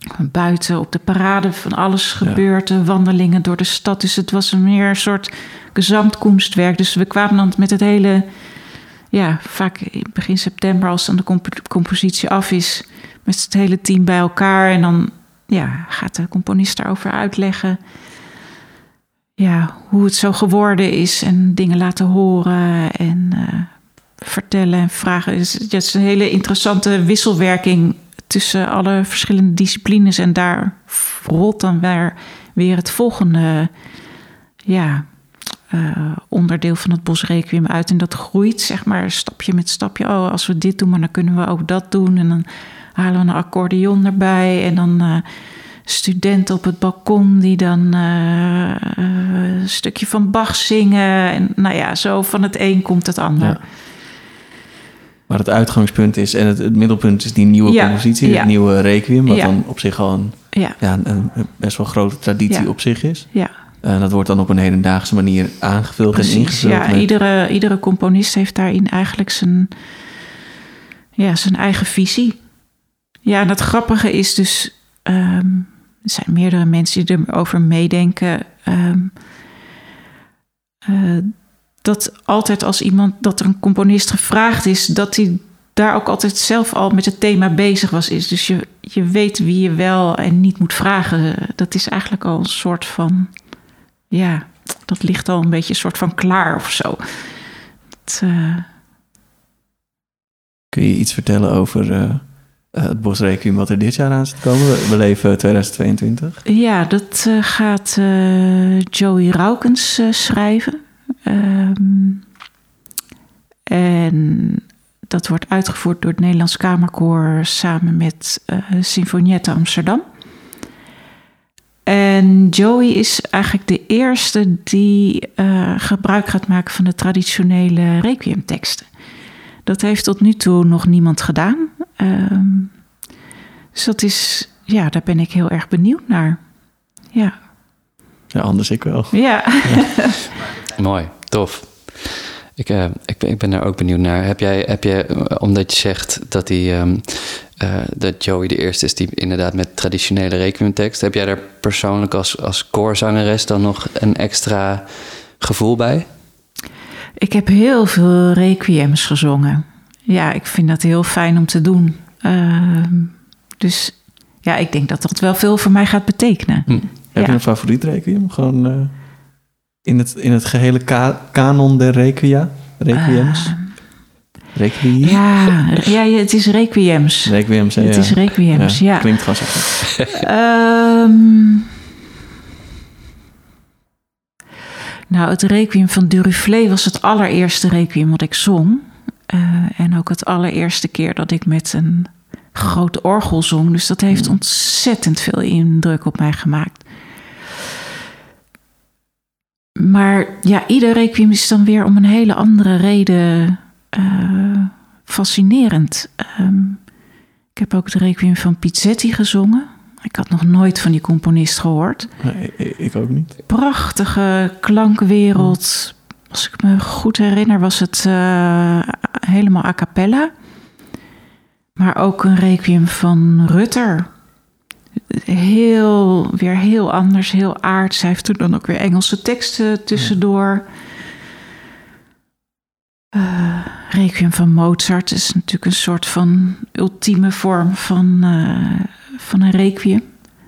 buiten op de parade van alles gebeurd. Ja. Wandelingen door de stad. Dus het was meer een soort gezamtkunstwerk. Dus we kwamen dan met het hele... Ja, vaak begin september, als dan de comp- compositie af is... met het hele team bij elkaar. En dan ja, gaat de componist daarover uitleggen... Ja, hoe het zo geworden is en dingen laten horen en uh, vertellen en vragen. Dus het is een hele interessante wisselwerking tussen alle verschillende disciplines. En daar rolt dan weer, weer het volgende ja, uh, onderdeel van het Bosrequiem uit. En dat groeit, zeg maar, stapje met stapje. Oh, als we dit doen, maar dan kunnen we ook dat doen. En dan halen we een accordeon erbij en dan... Uh, studenten op het balkon die dan uh, uh, een stukje van Bach zingen. En nou ja, zo van het een komt het ander. Ja. Maar het uitgangspunt is, en het, het middelpunt is die nieuwe ja, compositie, ja. het nieuwe requiem, wat ja. dan op zich al een, ja. Ja, een, een best wel grote traditie ja. op zich is. Ja. Uh, dat wordt dan op een hedendaagse manier aangevuld Precies, en ingevuld. Ja, met... iedere, iedere componist heeft daarin eigenlijk zijn, ja, zijn eigen visie. Ja, en het grappige is dus... Um, er zijn meerdere mensen die erover meedenken. Um, uh, dat altijd als iemand, dat er een componist gevraagd is, dat hij daar ook altijd zelf al met het thema bezig was. Is. Dus je, je weet wie je wel en niet moet vragen. Dat is eigenlijk al een soort van, ja, dat ligt al een beetje een soort van klaar of zo. Dat, uh... Kun je iets vertellen over... Uh... Uh, het Bosrequiem wat er dit jaar aan zit komen. We, we leven tweeduizend tweeëntwintig. Ja, dat uh, gaat uh, Joey Raukens uh, schrijven. Um, en dat wordt uitgevoerd door het Nederlands Kamerkoor... samen met uh, Sinfonietta Amsterdam. En Joey is eigenlijk de eerste die uh, gebruik gaat maken... van de traditionele requiemteksten. Dat heeft tot nu toe nog niemand gedaan. Um, dus dat is, ja, daar ben ik heel erg benieuwd naar. Ja. Ja, anders ik wel. Ja. ja. Mooi, tof. Ik, uh, ik, ben, ik ben daar ook benieuwd naar. Heb jij, heb je, omdat je zegt dat, die, um, uh, dat Joey de eerste is die inderdaad met traditionele requiemtekst, heb jij daar persoonlijk als, als koorzangeres dan nog een extra gevoel bij? Ik heb heel veel requiems gezongen. Ja, ik vind dat heel fijn om te doen. Uh, dus ja, ik denk dat dat wel veel voor mij gaat betekenen. Hm. Heb ja. je een favoriet requiem? Gewoon uh, in, het, in het gehele ka- kanon der requia? Requiems? Uh, Requiem? Ja, ja, het is requiems. Requiems, ja. Het is requiems, ja. ja. Klinkt gewoon zo. um, Nou, het requiem van Duruflé was het allereerste requiem wat ik zong. Uh, en ook het allereerste keer dat ik met een groot orgel zong. Dus dat heeft ontzettend veel indruk op mij gemaakt. Maar ja, ieder requiem is dan weer om een hele andere reden uh, fascinerend. Um, ik heb ook het requiem van Pizzetti gezongen. Ik had nog nooit van die componist gehoord. Nee, ik ook niet. Prachtige klankwereld. Als ik me goed herinner was het uh, helemaal a cappella. Maar ook een requiem van Rutter. Heel, weer heel anders, heel aards. Hij heeft toen dan ook weer Engelse teksten tussendoor. Uh, requiem van Mozart is natuurlijk een soort van ultieme vorm van... Uh, van een requiem.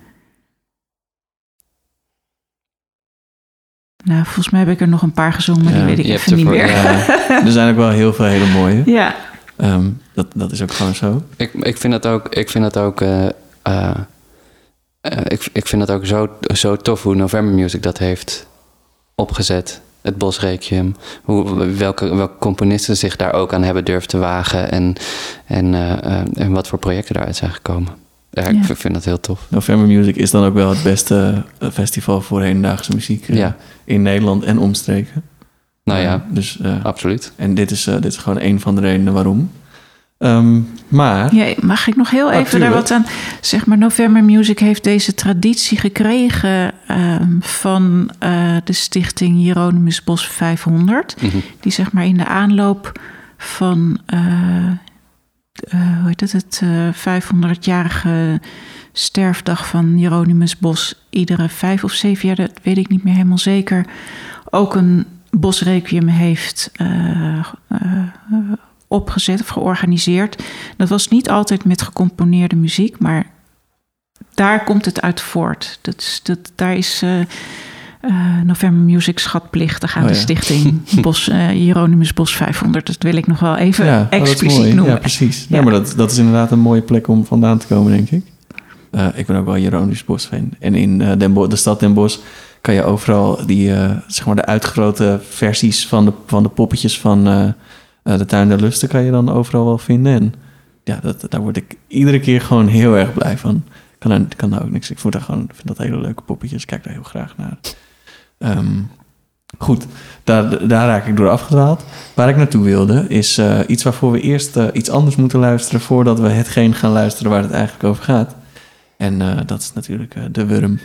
Nou, volgens mij heb ik er nog een paar gezongen, maar ja, die weet ik even niet voor, meer. Ja, er zijn ook wel heel veel hele mooie. Ja. Um, dat, dat is ook gewoon zo. Ik, ik vind dat ook... Ik vind dat ook, uh, uh, uh, ik, ik vind dat ook zo, zo tof hoe November Music dat heeft opgezet. Het Bosrequiem. Hoe, welke, welke componisten zich daar ook aan hebben durven te wagen. En, en, uh, uh, en wat voor projecten daaruit zijn gekomen. Ja, ik ja. vind dat heel tof. November Music is dan ook wel het beste festival voor hedendaagse muziek ja. in Nederland en omstreken. Nou ja, uh, dus, uh, absoluut. En dit is, uh, dit is gewoon een van de redenen waarom. Um, maar... Ja, mag ik nog heel even natuurlijk. daar wat aan... Zeg maar, November Music heeft deze traditie gekregen... Um, van uh, de stichting Hieronymus Bos vijfhonderd. Mm-hmm. Die zeg maar in de aanloop van... Uh, Uh, hoe heet het, het uh, vijfhonderdjarige sterfdag van Hieronymus Bos iedere vijf of zeven jaar, dat weet ik niet meer helemaal zeker, ook een bosrequiem heeft uh, uh, opgezet of georganiseerd. Dat was niet altijd met gecomponeerde muziek, maar daar komt het uit voort. Dat is, dat, daar is uh, uh, November Music schatplichtig aan oh, ja. de stichting Bos, uh, Hieronymus Bos vijfhonderd. Dat wil ik nog wel even ja, expliciet mooi. noemen. Ja, precies. Ja. Ja, maar dat, dat is inderdaad een mooie plek om vandaan te komen, denk ik. Uh, ik ben ook wel Hieronymus Bos fan. En in uh, Den Bo- de stad Den Bosch kan je overal die, uh, zeg maar de uitgegrote versies van de, van de poppetjes van uh, uh, de Tuin der Lusten kan je dan overal wel vinden. En ja, dat, daar word ik iedere keer gewoon heel erg blij van. Ik kan, er, kan daar ook niks. Ik voel daar gewoon, vind dat hele leuke poppetjes. Ik kijk daar heel graag naar. Um, goed, daar, daar raak ik door afgedwaald. Waar ik naartoe wilde is uh, iets waarvoor we eerst uh, iets anders moeten luisteren voordat we hetgeen gaan luisteren waar het eigenlijk over gaat. En uh, dat is natuurlijk uh, de Wurm.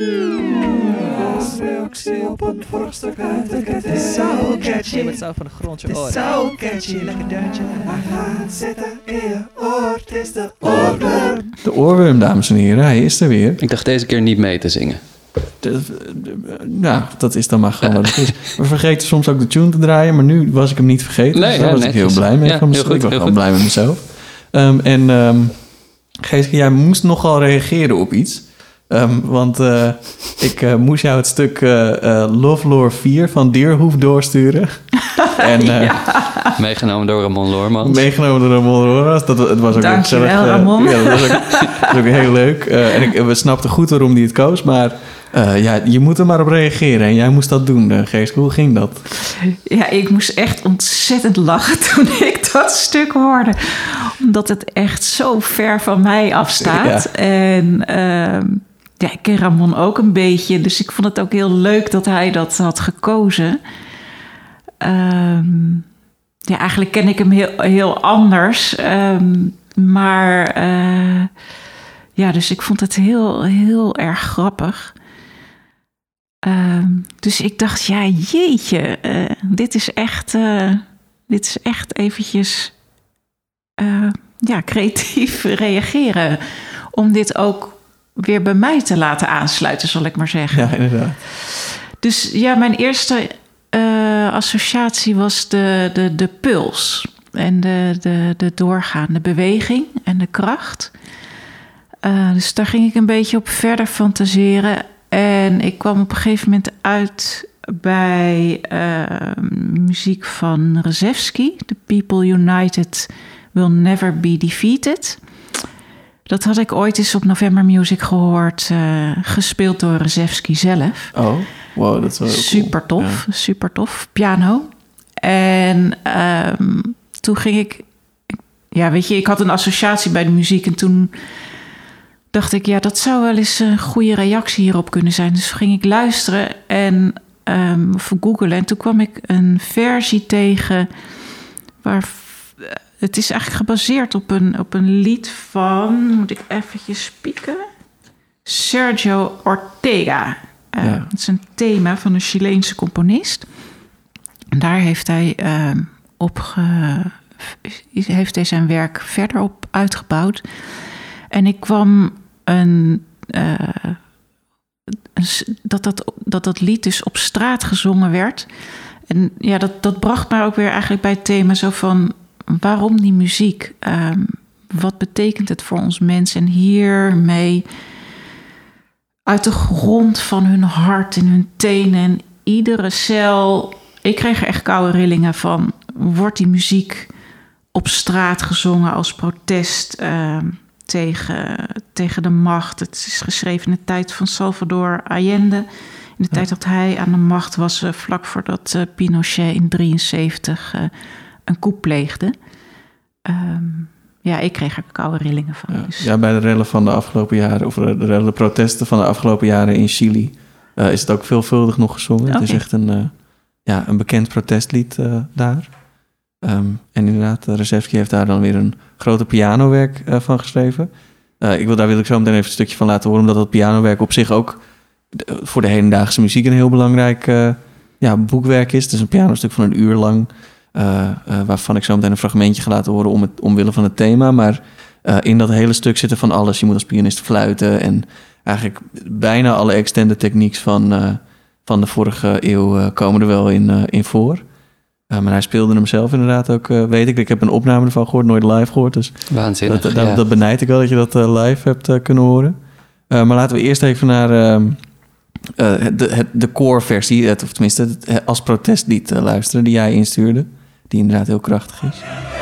Reactie op een vorig stuk uit de ket is zo catchy. Met zo van de grond je Het oor. is zo catchy, lekker duintje. Hij gaat zitten in je oor, het is de oorworm. De oorworm, dames en heren, hij is er weer. Ik dacht deze keer niet mee te zingen. De, de, nou, dat is dan maar gewoon wat het is. We vergeten soms ook de tune te draaien, maar nu was ik hem niet vergeten. Nee, dus daar ja, was netjes. ik heel blij mee. Ja, van heel goed, ik was heel gewoon goed. blij met mezelf. Um, en um, Geeske, jij moest nogal reageren op iets. Um, want uh, ik uh, moest jou het stuk uh, uh, Love Lore vier van Deerhoef doorsturen. en, uh, Ja. Meegenomen door Ramon Loormans. Meegenomen door Ramon Loormans. Dat, het was ook Dankjewel, gezellig, uh, Ramon. Ja, dat was ook, dat was ook heel leuk. Uh, en ik, we snapten goed waarom hij het koos. Maar uh, ja, je moet er maar op reageren. En jij moest dat doen, uh, Geeske. Hoe ging dat? Ja, ik moest echt ontzettend lachen toen ik dat stuk hoorde. Omdat het echt zo ver van mij afstaat. Ja. En uh, ja, ik ken Ramon ook een beetje. Dus ik vond het ook heel leuk dat hij dat had gekozen. Um, ja, eigenlijk ken ik hem heel, heel anders. Um, maar uh, ja, dus ik vond het heel, heel erg grappig. Um, dus ik dacht, ja, jeetje, uh, dit is echt, uh, dit is echt eventjes uh, ja, creatief reageren. Om dit ook weer bij mij te laten aansluiten, zal ik maar zeggen. Ja, inderdaad. Dus ja, mijn eerste uh, associatie was de, de, de puls. En de, de, de doorgaande beweging en de kracht. Uh, dus daar ging ik een beetje op verder fantaseren. En ik kwam op een gegeven moment uit bij uh, muziek van Rzewski. The People United Will Never Be Defeated. Dat had ik ooit eens op November Music gehoord, uh, gespeeld door Rzewski zelf. Oh, wow, dat is wel heel super cool. tof, Ja. super tof, piano. En um, toen ging ik, ja, weet je, ik had een associatie bij de muziek en toen dacht ik, ja, dat zou wel eens een goede reactie hierop kunnen zijn. Dus ging ik luisteren en um, voor googlen en toen kwam ik een versie tegen waar het is eigenlijk gebaseerd op een, op een lied van, moet ik eventjes spieken, Sergio Ortega. Uh, Ja. Het is een thema van een Chileense componist. En daar heeft hij uh, op ge, heeft hij zijn werk verder op uitgebouwd. En ik kwam een, uh, een dat, dat, dat dat lied dus op straat gezongen werd. En ja, dat, dat bracht mij ook weer eigenlijk bij het thema zo van, waarom die muziek? Um, wat betekent het voor ons mens? En hiermee uit de grond van hun hart en hun tenen en iedere cel. Ik kreeg er echt koude rillingen van. Wordt die muziek op straat gezongen als protest uh, tegen, tegen de macht? Het is geschreven in de tijd van Salvador Allende. In de ja. tijd dat hij aan de macht was, uh, vlak voordat uh, Pinochet in negentien drieënzeventig uh, een coup pleegde. Um, Ja, ik kreeg er koude rillingen van. Ja, dus. ja, bij de rellen van de afgelopen jaren, of de rellen, de protesten van de afgelopen jaren in Chili, uh, is het ook veelvuldig nog gezongen. Okay. Het is echt een, uh, ja, een bekend protestlied uh, daar. Um, en inderdaad, uh, Rzewski heeft daar dan weer een grote pianowerk uh, van geschreven. Uh, ik wil, daar wil ik zo meteen even een stukje van laten horen, omdat dat pianowerk op zich ook de, voor de hedendaagse muziek een heel belangrijk uh, ja, boekwerk is. Het is een pianostuk van een uur lang. Uh, uh, waarvan ik zo meteen een fragmentje ga laten horen om het, omwille van het thema. Maar Uh, in dat hele stuk zit er van alles. Je moet als pianist fluiten en eigenlijk bijna alle extended techniques van, uh, van de vorige eeuw uh, komen er wel in, uh, in voor. Uh, maar hij speelde hem zelf inderdaad ook, uh, weet ik. Ik heb een opname ervan gehoord, nooit live gehoord. Dus waanzinnig, dat, dat, ja. dat benijd ik wel dat je dat uh, live hebt uh, kunnen horen. Uh, maar laten we eerst even naar uh, uh, de, het, de core versie, het, of tenminste het, als protestlied uh, luisteren die jij instuurde. Die inderdaad heel krachtig is.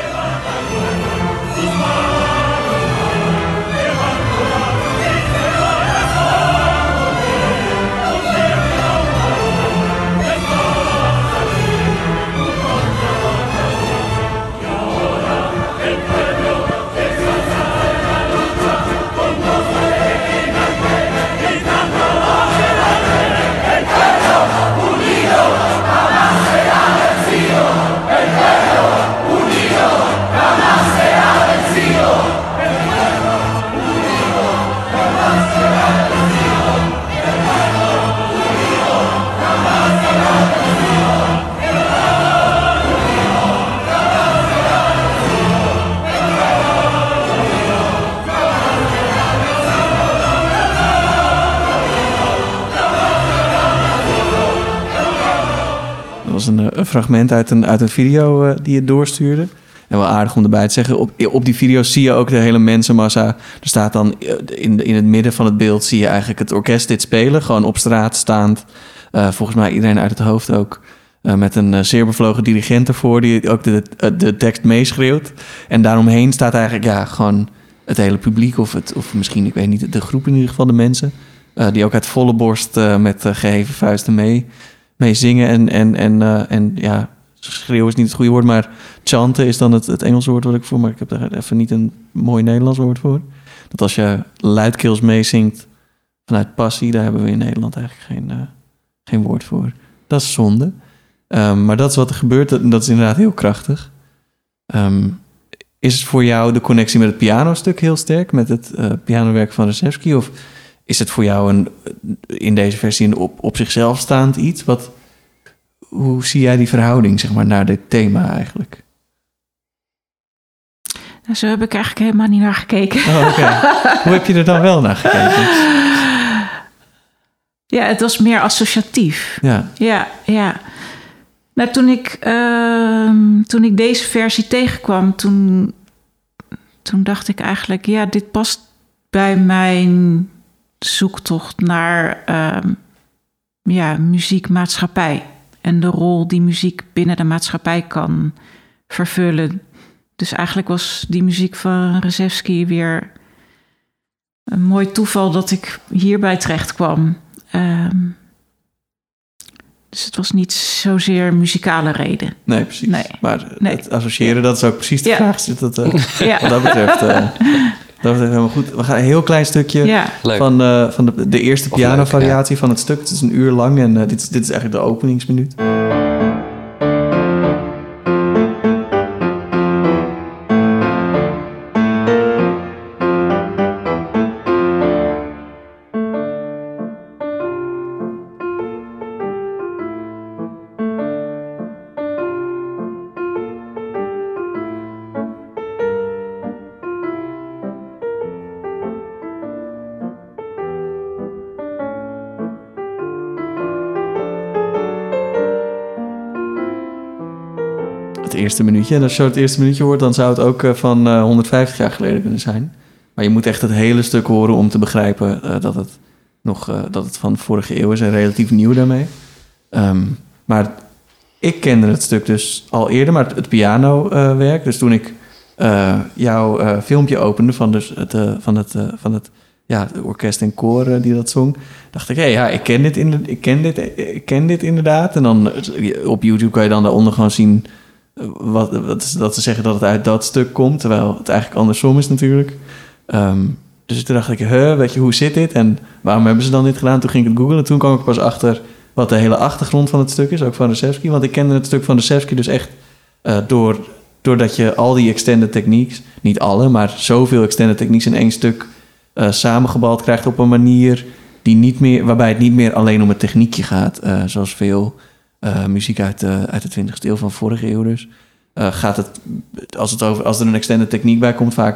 Een, een fragment uit een, uit een video uh, die je doorstuurde. En wel aardig om erbij te zeggen. Op, op die video zie je ook de hele mensenmassa. Er staat dan in, in het midden van het beeld zie je eigenlijk het orkest dit spelen. Gewoon op straat staand. Uh, volgens mij iedereen uit het hoofd ook. Uh, met een uh, zeer bevlogen dirigent ervoor die ook de, de, de tekst meeschreeuwt. En daaromheen staat eigenlijk ja, gewoon het hele publiek. Of, het, of misschien, ik weet niet, de groep in ieder geval, de mensen. Uh, die ook uit volle borst uh, met uh, geheven vuisten mee... mee zingen en, en, en, uh, en ja, schreeuwen is niet het goede woord, maar chanten is dan het, het Engelse woord wat ik voel, maar ik heb daar even niet een mooi Nederlands woord voor. Dat als je luidkeels meezingt vanuit passie, daar hebben we in Nederland eigenlijk geen, uh, geen woord voor. Dat is zonde. Um, maar dat is wat er gebeurt, dat, dat is inderdaad heel krachtig. Um, is het voor jou de connectie met het pianostuk heel sterk, met het uh, pianowerk van Rzewski, of is het voor jou een, in deze versie een op, op zichzelf staand iets? Wat, hoe zie jij die verhouding, zeg maar, naar dit thema eigenlijk? Nou, zo heb ik eigenlijk helemaal niet naar gekeken. Oh, okay. Hoe heb je er dan wel naar gekeken? Ja, het was meer associatief. Ja, ja. ja. Nou, toen ik, uh, toen ik deze versie tegenkwam, toen, toen dacht ik eigenlijk, ja, dit past bij mijn zoektocht naar uh, ja, muziekmaatschappij en de rol die muziek binnen de maatschappij kan vervullen. Dus eigenlijk was die muziek van Rzewski weer een mooi toeval dat ik hierbij terecht kwam. Uh, dus het was niet zozeer muzikale reden. Nee, precies. Nee. Maar nee. het associëren, dat is ook precies de ja. vraag. Zit dat, uh, ja. Wat dat betreft... Uh, Dat betreft helemaal goed. We gaan een heel klein stukje ja. van, uh, van de, de eerste piano-variatie ja. van het stuk. Het is een uur lang en uh, dit, is, dit is eigenlijk de openingsminuut. Het eerste minuutje. En als je het eerste minuutje hoort, dan zou het ook uh, van uh, honderdvijftig jaar geleden kunnen zijn. Maar je moet echt het hele stuk horen om te begrijpen uh, dat, het nog, uh, dat het van de vorige eeuw is en relatief nieuw daarmee. Um, maar ik kende het stuk dus al eerder, maar het, het pianowerk. Uh, dus toen ik uh, jouw uh, filmpje opende van, dus het, uh, van het, uh, van het ja, het orkest en koor uh, die dat zong, dacht ik, hé, hey, ja, ik ken dit, in, ik, ken dit, ik ken dit inderdaad. En dan uh, op YouTube kan je dan daaronder gewoon zien Wat, wat, dat ze zeggen dat het uit dat stuk komt, terwijl het eigenlijk andersom is natuurlijk. Um, dus toen dacht ik, huh, weet je, hoe zit dit? En waarom hebben ze dan dit gedaan? Toen ging ik het googlen en toen kwam ik pas achter wat de hele achtergrond van het stuk is, ook van Rzewski. Want ik kende het stuk van Rzewski dus echt uh, door, doordat je al die extended techniques, niet alle, maar zoveel extended techniques in één stuk uh, samengebald krijgt op een manier die niet meer, waarbij het niet meer alleen om het techniekje gaat, uh, zoals veel Uh, muziek uit, uh, uit de twintigste eeuw van vorige eeuw dus. Uh, gaat het, als, het over, als er een extended techniek bij komt, vaak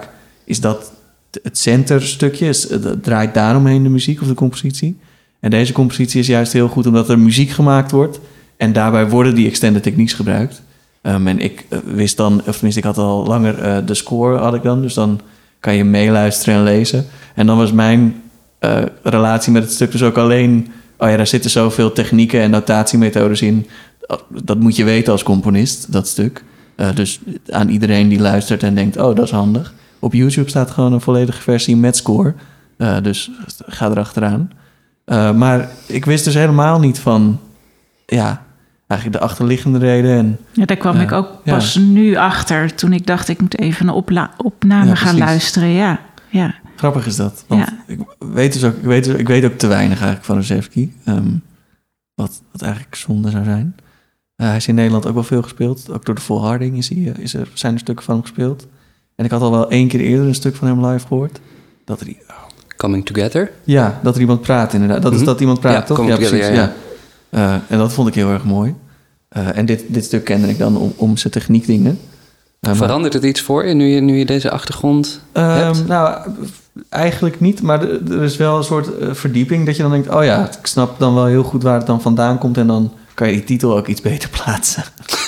is dat het centerstukje, is, het draait daaromheen de muziek of de compositie. En deze compositie is juist heel goed omdat er muziek gemaakt wordt en daarbij worden die extended techniques gebruikt. Um, en ik uh, wist dan, of tenminste ik had al langer uh, de score had ik dan, dus dan kan je meeluisteren en lezen. En dan was mijn uh, relatie met het stuk dus ook alleen, oh ja, daar zitten zoveel technieken en notatiemethodes in. Dat moet je weten als componist, dat stuk. Uh, dus aan iedereen die luistert en denkt, oh, dat is handig. Op YouTube staat gewoon een volledige versie met score. Uh, dus ga erachteraan. Uh, maar ik wist dus helemaal niet van, ja, eigenlijk de achterliggende reden. En, ja, daar kwam uh, ik ook ja. pas nu achter, toen ik dacht, ik moet even een opla- opname Ja, gaan precies. luisteren. Ja, ja. Grappig is dat. Want Ja. ik, weet dus ook, ik, weet dus, ik weet ook te weinig eigenlijk van Rozsevsky. Um, wat, wat eigenlijk zonde zou zijn. Uh, hij is in Nederland ook wel veel gespeeld. Ook door de Volharding is hij, uh, is er, zijn er stukken van hem gespeeld. En ik had al wel één keer eerder een stuk van hem live gehoord. Dat er, oh. Coming Together. Ja, dat er iemand praat inderdaad. Dat Mm-hmm. is dat iemand praat, Ja, toch? Coming Ja, Together, precies. ja, Ja. Uh, en dat vond ik heel erg mooi. Uh, en dit, dit stuk kende ik dan om, om zijn techniekdingen. Uh, Verandert het iets voor je nu je, nu je deze achtergrond maar, hebt? um, nou, eigenlijk niet. Maar er, er is wel een soort uh, verdieping dat je dan denkt, oh ja, ik snap dan wel heel goed waar het dan vandaan komt. En dan kan je die titel ook iets beter plaatsen.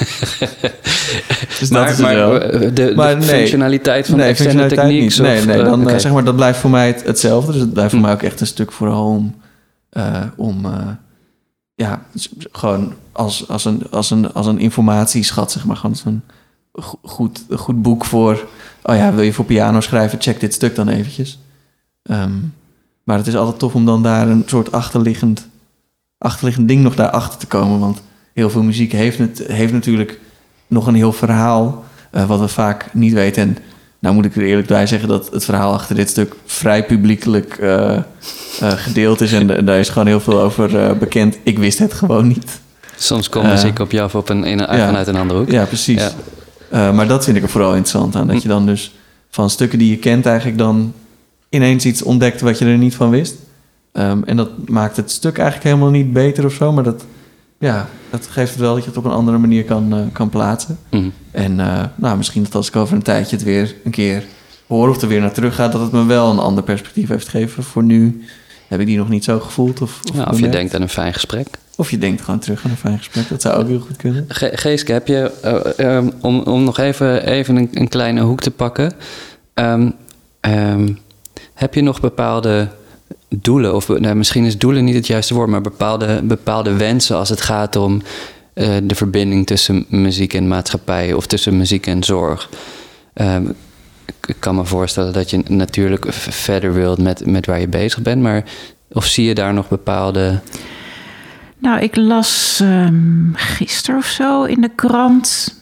Dus maar dat is het maar wel. de, de Maar nee. functionaliteit van Nee, de externe functionaliteit techniques? niet. Nee, of, nee, uh, dan, okay. uh, zeg maar, dat blijft voor mij het, hetzelfde. Dus het blijft voor Hm. mij ook echt een stuk vooral om... Uh, om uh, ja, z- z- gewoon als, als, een, als, een, als een informatieschat, zeg maar. Gewoon zo'n go- goed, een goed boek voor... Oh ja, wil je voor piano schrijven? Check dit stuk dan eventjes. Um, maar het is altijd tof om dan daar een soort achterliggend... achterliggend ding nog daarachter te komen. Want heel veel muziek heeft, het, heeft natuurlijk nog een heel verhaal... Uh, wat we vaak niet weten. En nou moet ik er eerlijk bij zeggen dat het verhaal achter dit stuk vrij publiekelijk uh, uh, gedeeld is. En, en daar is gewoon heel veel over uh, bekend. Ik wist het gewoon niet. Soms komt Uh, muziek op je af op een, in, ja. vanuit een andere hoek. Ja, precies. Ja. Uh, maar dat vind ik er vooral interessant aan. Dat je dan dus van stukken die je kent eigenlijk dan ineens iets ontdekt wat je er niet van wist. Um, en dat maakt het stuk eigenlijk helemaal niet beter of zo. Maar dat, ja, dat geeft het wel dat je het op een andere manier kan, uh, kan plaatsen. Mm. En uh, nou, misschien dat als ik over een tijdje het weer een keer hoor of er weer naar terug ga, dat het me wel een ander perspectief heeft gegeven. Voor nu heb ik die nog niet zo gevoeld. Of, of, Ja, of je bemerkt. denkt aan een fijn gesprek. Of je denkt gewoon terug aan een fijn gesprek. Dat zou ook heel goed kunnen. Ge- Geeske, heb je, uh, um, om, om nog even, even een, een kleine hoek te pakken... Um, um, heb je nog bepaalde doelen... of nou, misschien is doelen niet het juiste woord... maar bepaalde, bepaalde wensen als het gaat om... Uh, de verbinding tussen muziek en maatschappij... of tussen muziek en zorg. Um, ik, ik kan me voorstellen dat je natuurlijk v- verder wilt... Met, met waar je bezig bent, maar... of zie je daar nog bepaalde... Nou, ik las um, gisteren of zo in de krant.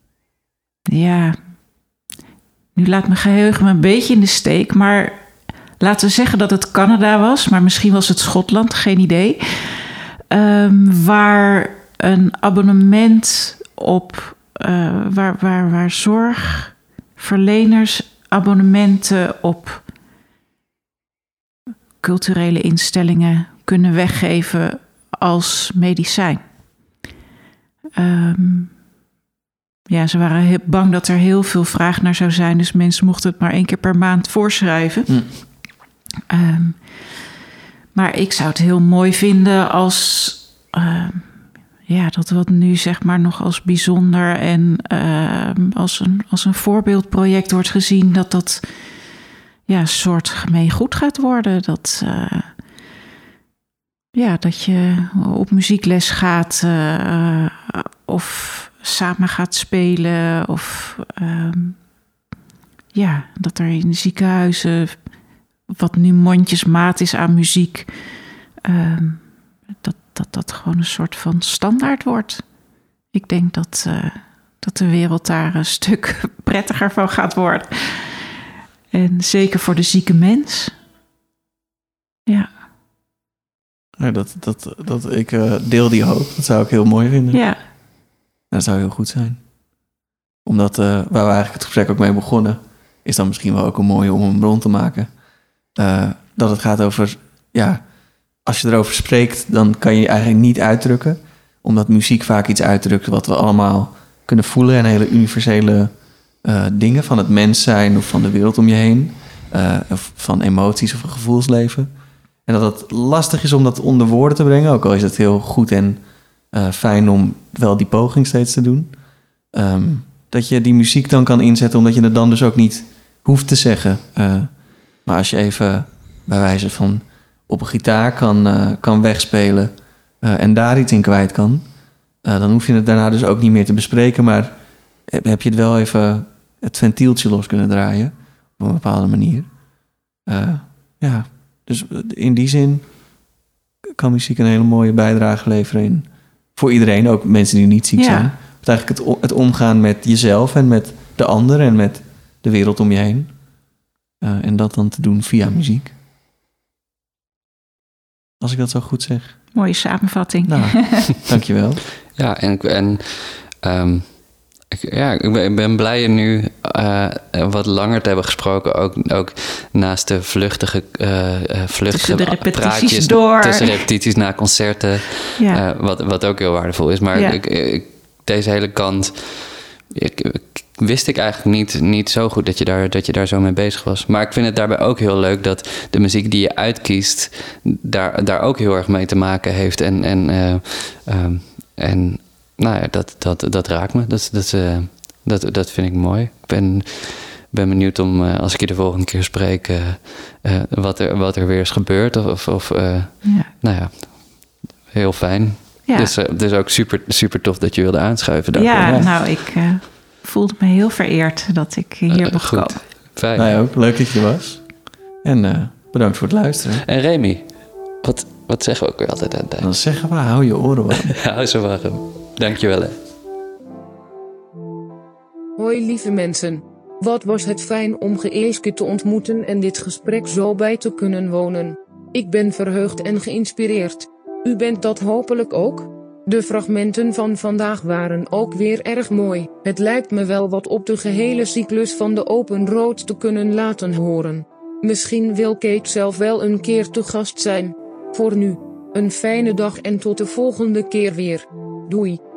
Ja, nu laat mijn geheugen me een beetje in de steek. Maar laten we zeggen dat het Canada was. Maar misschien was het Schotland, geen idee. Um, waar een abonnement op... Uh, waar, waar, waar zorgverleners abonnementen op culturele instellingen kunnen weggeven... als medicijn. Um, ja, ze waren heel bang dat er heel veel vraag naar zou zijn... dus mensen mochten het maar één keer per maand voorschrijven. Hm. Um, maar ik zou het heel mooi vinden als... Uh, ja, dat wat nu zeg maar nog als bijzonder... en uh, als, een, als een voorbeeldproject wordt gezien... dat dat ja, een soort gemeengoed gaat worden. Dat... Uh, Ja, dat je op muziekles gaat uh, of samen gaat spelen. Of um, ja, dat er in ziekenhuizen, wat nu mondjesmaat is aan muziek, um, dat, dat dat gewoon een soort van standaard wordt. Ik denk dat, uh, dat de wereld daar een stuk prettiger van gaat worden. En zeker voor de zieke mens. Ja. Ja, dat, dat, dat, ik uh, deel die hoop. Dat zou ik heel mooi vinden. Ja. Dat zou heel goed zijn. Omdat, uh, waar we eigenlijk het gesprek ook mee begonnen... is dan misschien wel ook een mooie om een rond te maken. Uh, dat het gaat over... ja, als je erover spreekt... dan kan je je eigenlijk niet uitdrukken. Omdat muziek vaak iets uitdrukt... wat we allemaal kunnen voelen... en hele universele uh, dingen van het mens zijn of van de wereld om je heen. Uh, of van emoties of een gevoelsleven. En dat het lastig is om dat onder woorden te brengen. Ook al is het heel goed en uh, fijn om wel die poging steeds te doen. Um, dat je die muziek dan kan inzetten, omdat je het dan dus ook niet hoeft te zeggen. Uh, maar als je even bij wijze van op een gitaar kan, uh, kan wegspelen uh, en daar iets in kwijt kan, uh, dan hoef je het daarna dus ook niet meer te bespreken. Maar heb je het wel even het ventieltje los kunnen draaien op een bepaalde manier. Uh, ja, dus in die zin kan muziek een hele mooie bijdrage leveren in, voor iedereen, ook mensen die niet ziek Ja. zijn. Het eigenlijk het, het omgaan met jezelf en met de ander en met de wereld om je heen. Uh, en dat dan te doen via muziek. Als ik dat zo goed zeg. Mooie samenvatting. Nou, dankjewel. Ja, en, en um, ik, ja, ik ben, ik ben blij je nu uh, wat langer te hebben gesproken. Ook, ook naast de vluchtige, uh, vluchtige Tussen de repetities praatjes, door. Tussen repetities na concerten. Ja. Uh, wat, wat ook heel waardevol is. Maar Ja. ik, ik, deze hele kant ik, ik, wist ik eigenlijk niet, niet zo goed dat je, daar, dat je daar zo mee bezig was. Maar ik vind het daarbij ook heel leuk dat de muziek die je uitkiest daar, daar ook heel erg mee te maken heeft. En, en, uh, um, en nou ja, dat, dat, dat raakt me. Dat, dat, uh, dat, dat vind ik mooi. Ik ben, ben benieuwd om, uh, als ik je de volgende keer spreek, uh, uh, wat, er, wat er weer is gebeurd. Of, of uh, Ja. nou ja, heel fijn. Ja. Dus, uh, dus ook super, super tof dat je wilde aanschuiven. Daarvoor. Ja, Ja. nou, ik uh, voelde me heel vereerd dat ik hier Uh, mocht goed. komen. Fijn. Mij ook, leuk dat je er was. En uh, bedankt voor het luisteren. En Remy, wat, wat zeggen we ook weer altijd aan het eind? Dan zeggen we, hou je oren warm. Hou ze warm. Dankjewel hè. Hoi lieve mensen. Wat was het fijn om Geeske te ontmoeten en dit gesprek zo bij te kunnen wonen. Ik ben verheugd en geïnspireerd. U bent dat hopelijk ook? De fragmenten van vandaag waren ook weer erg mooi. Het lijkt me wel wat op de gehele cyclus van de Open Road te kunnen laten horen. Misschien wil Kate zelf wel een keer te gast zijn. Voor nu, een fijne dag en tot de volgende keer weer. Doei.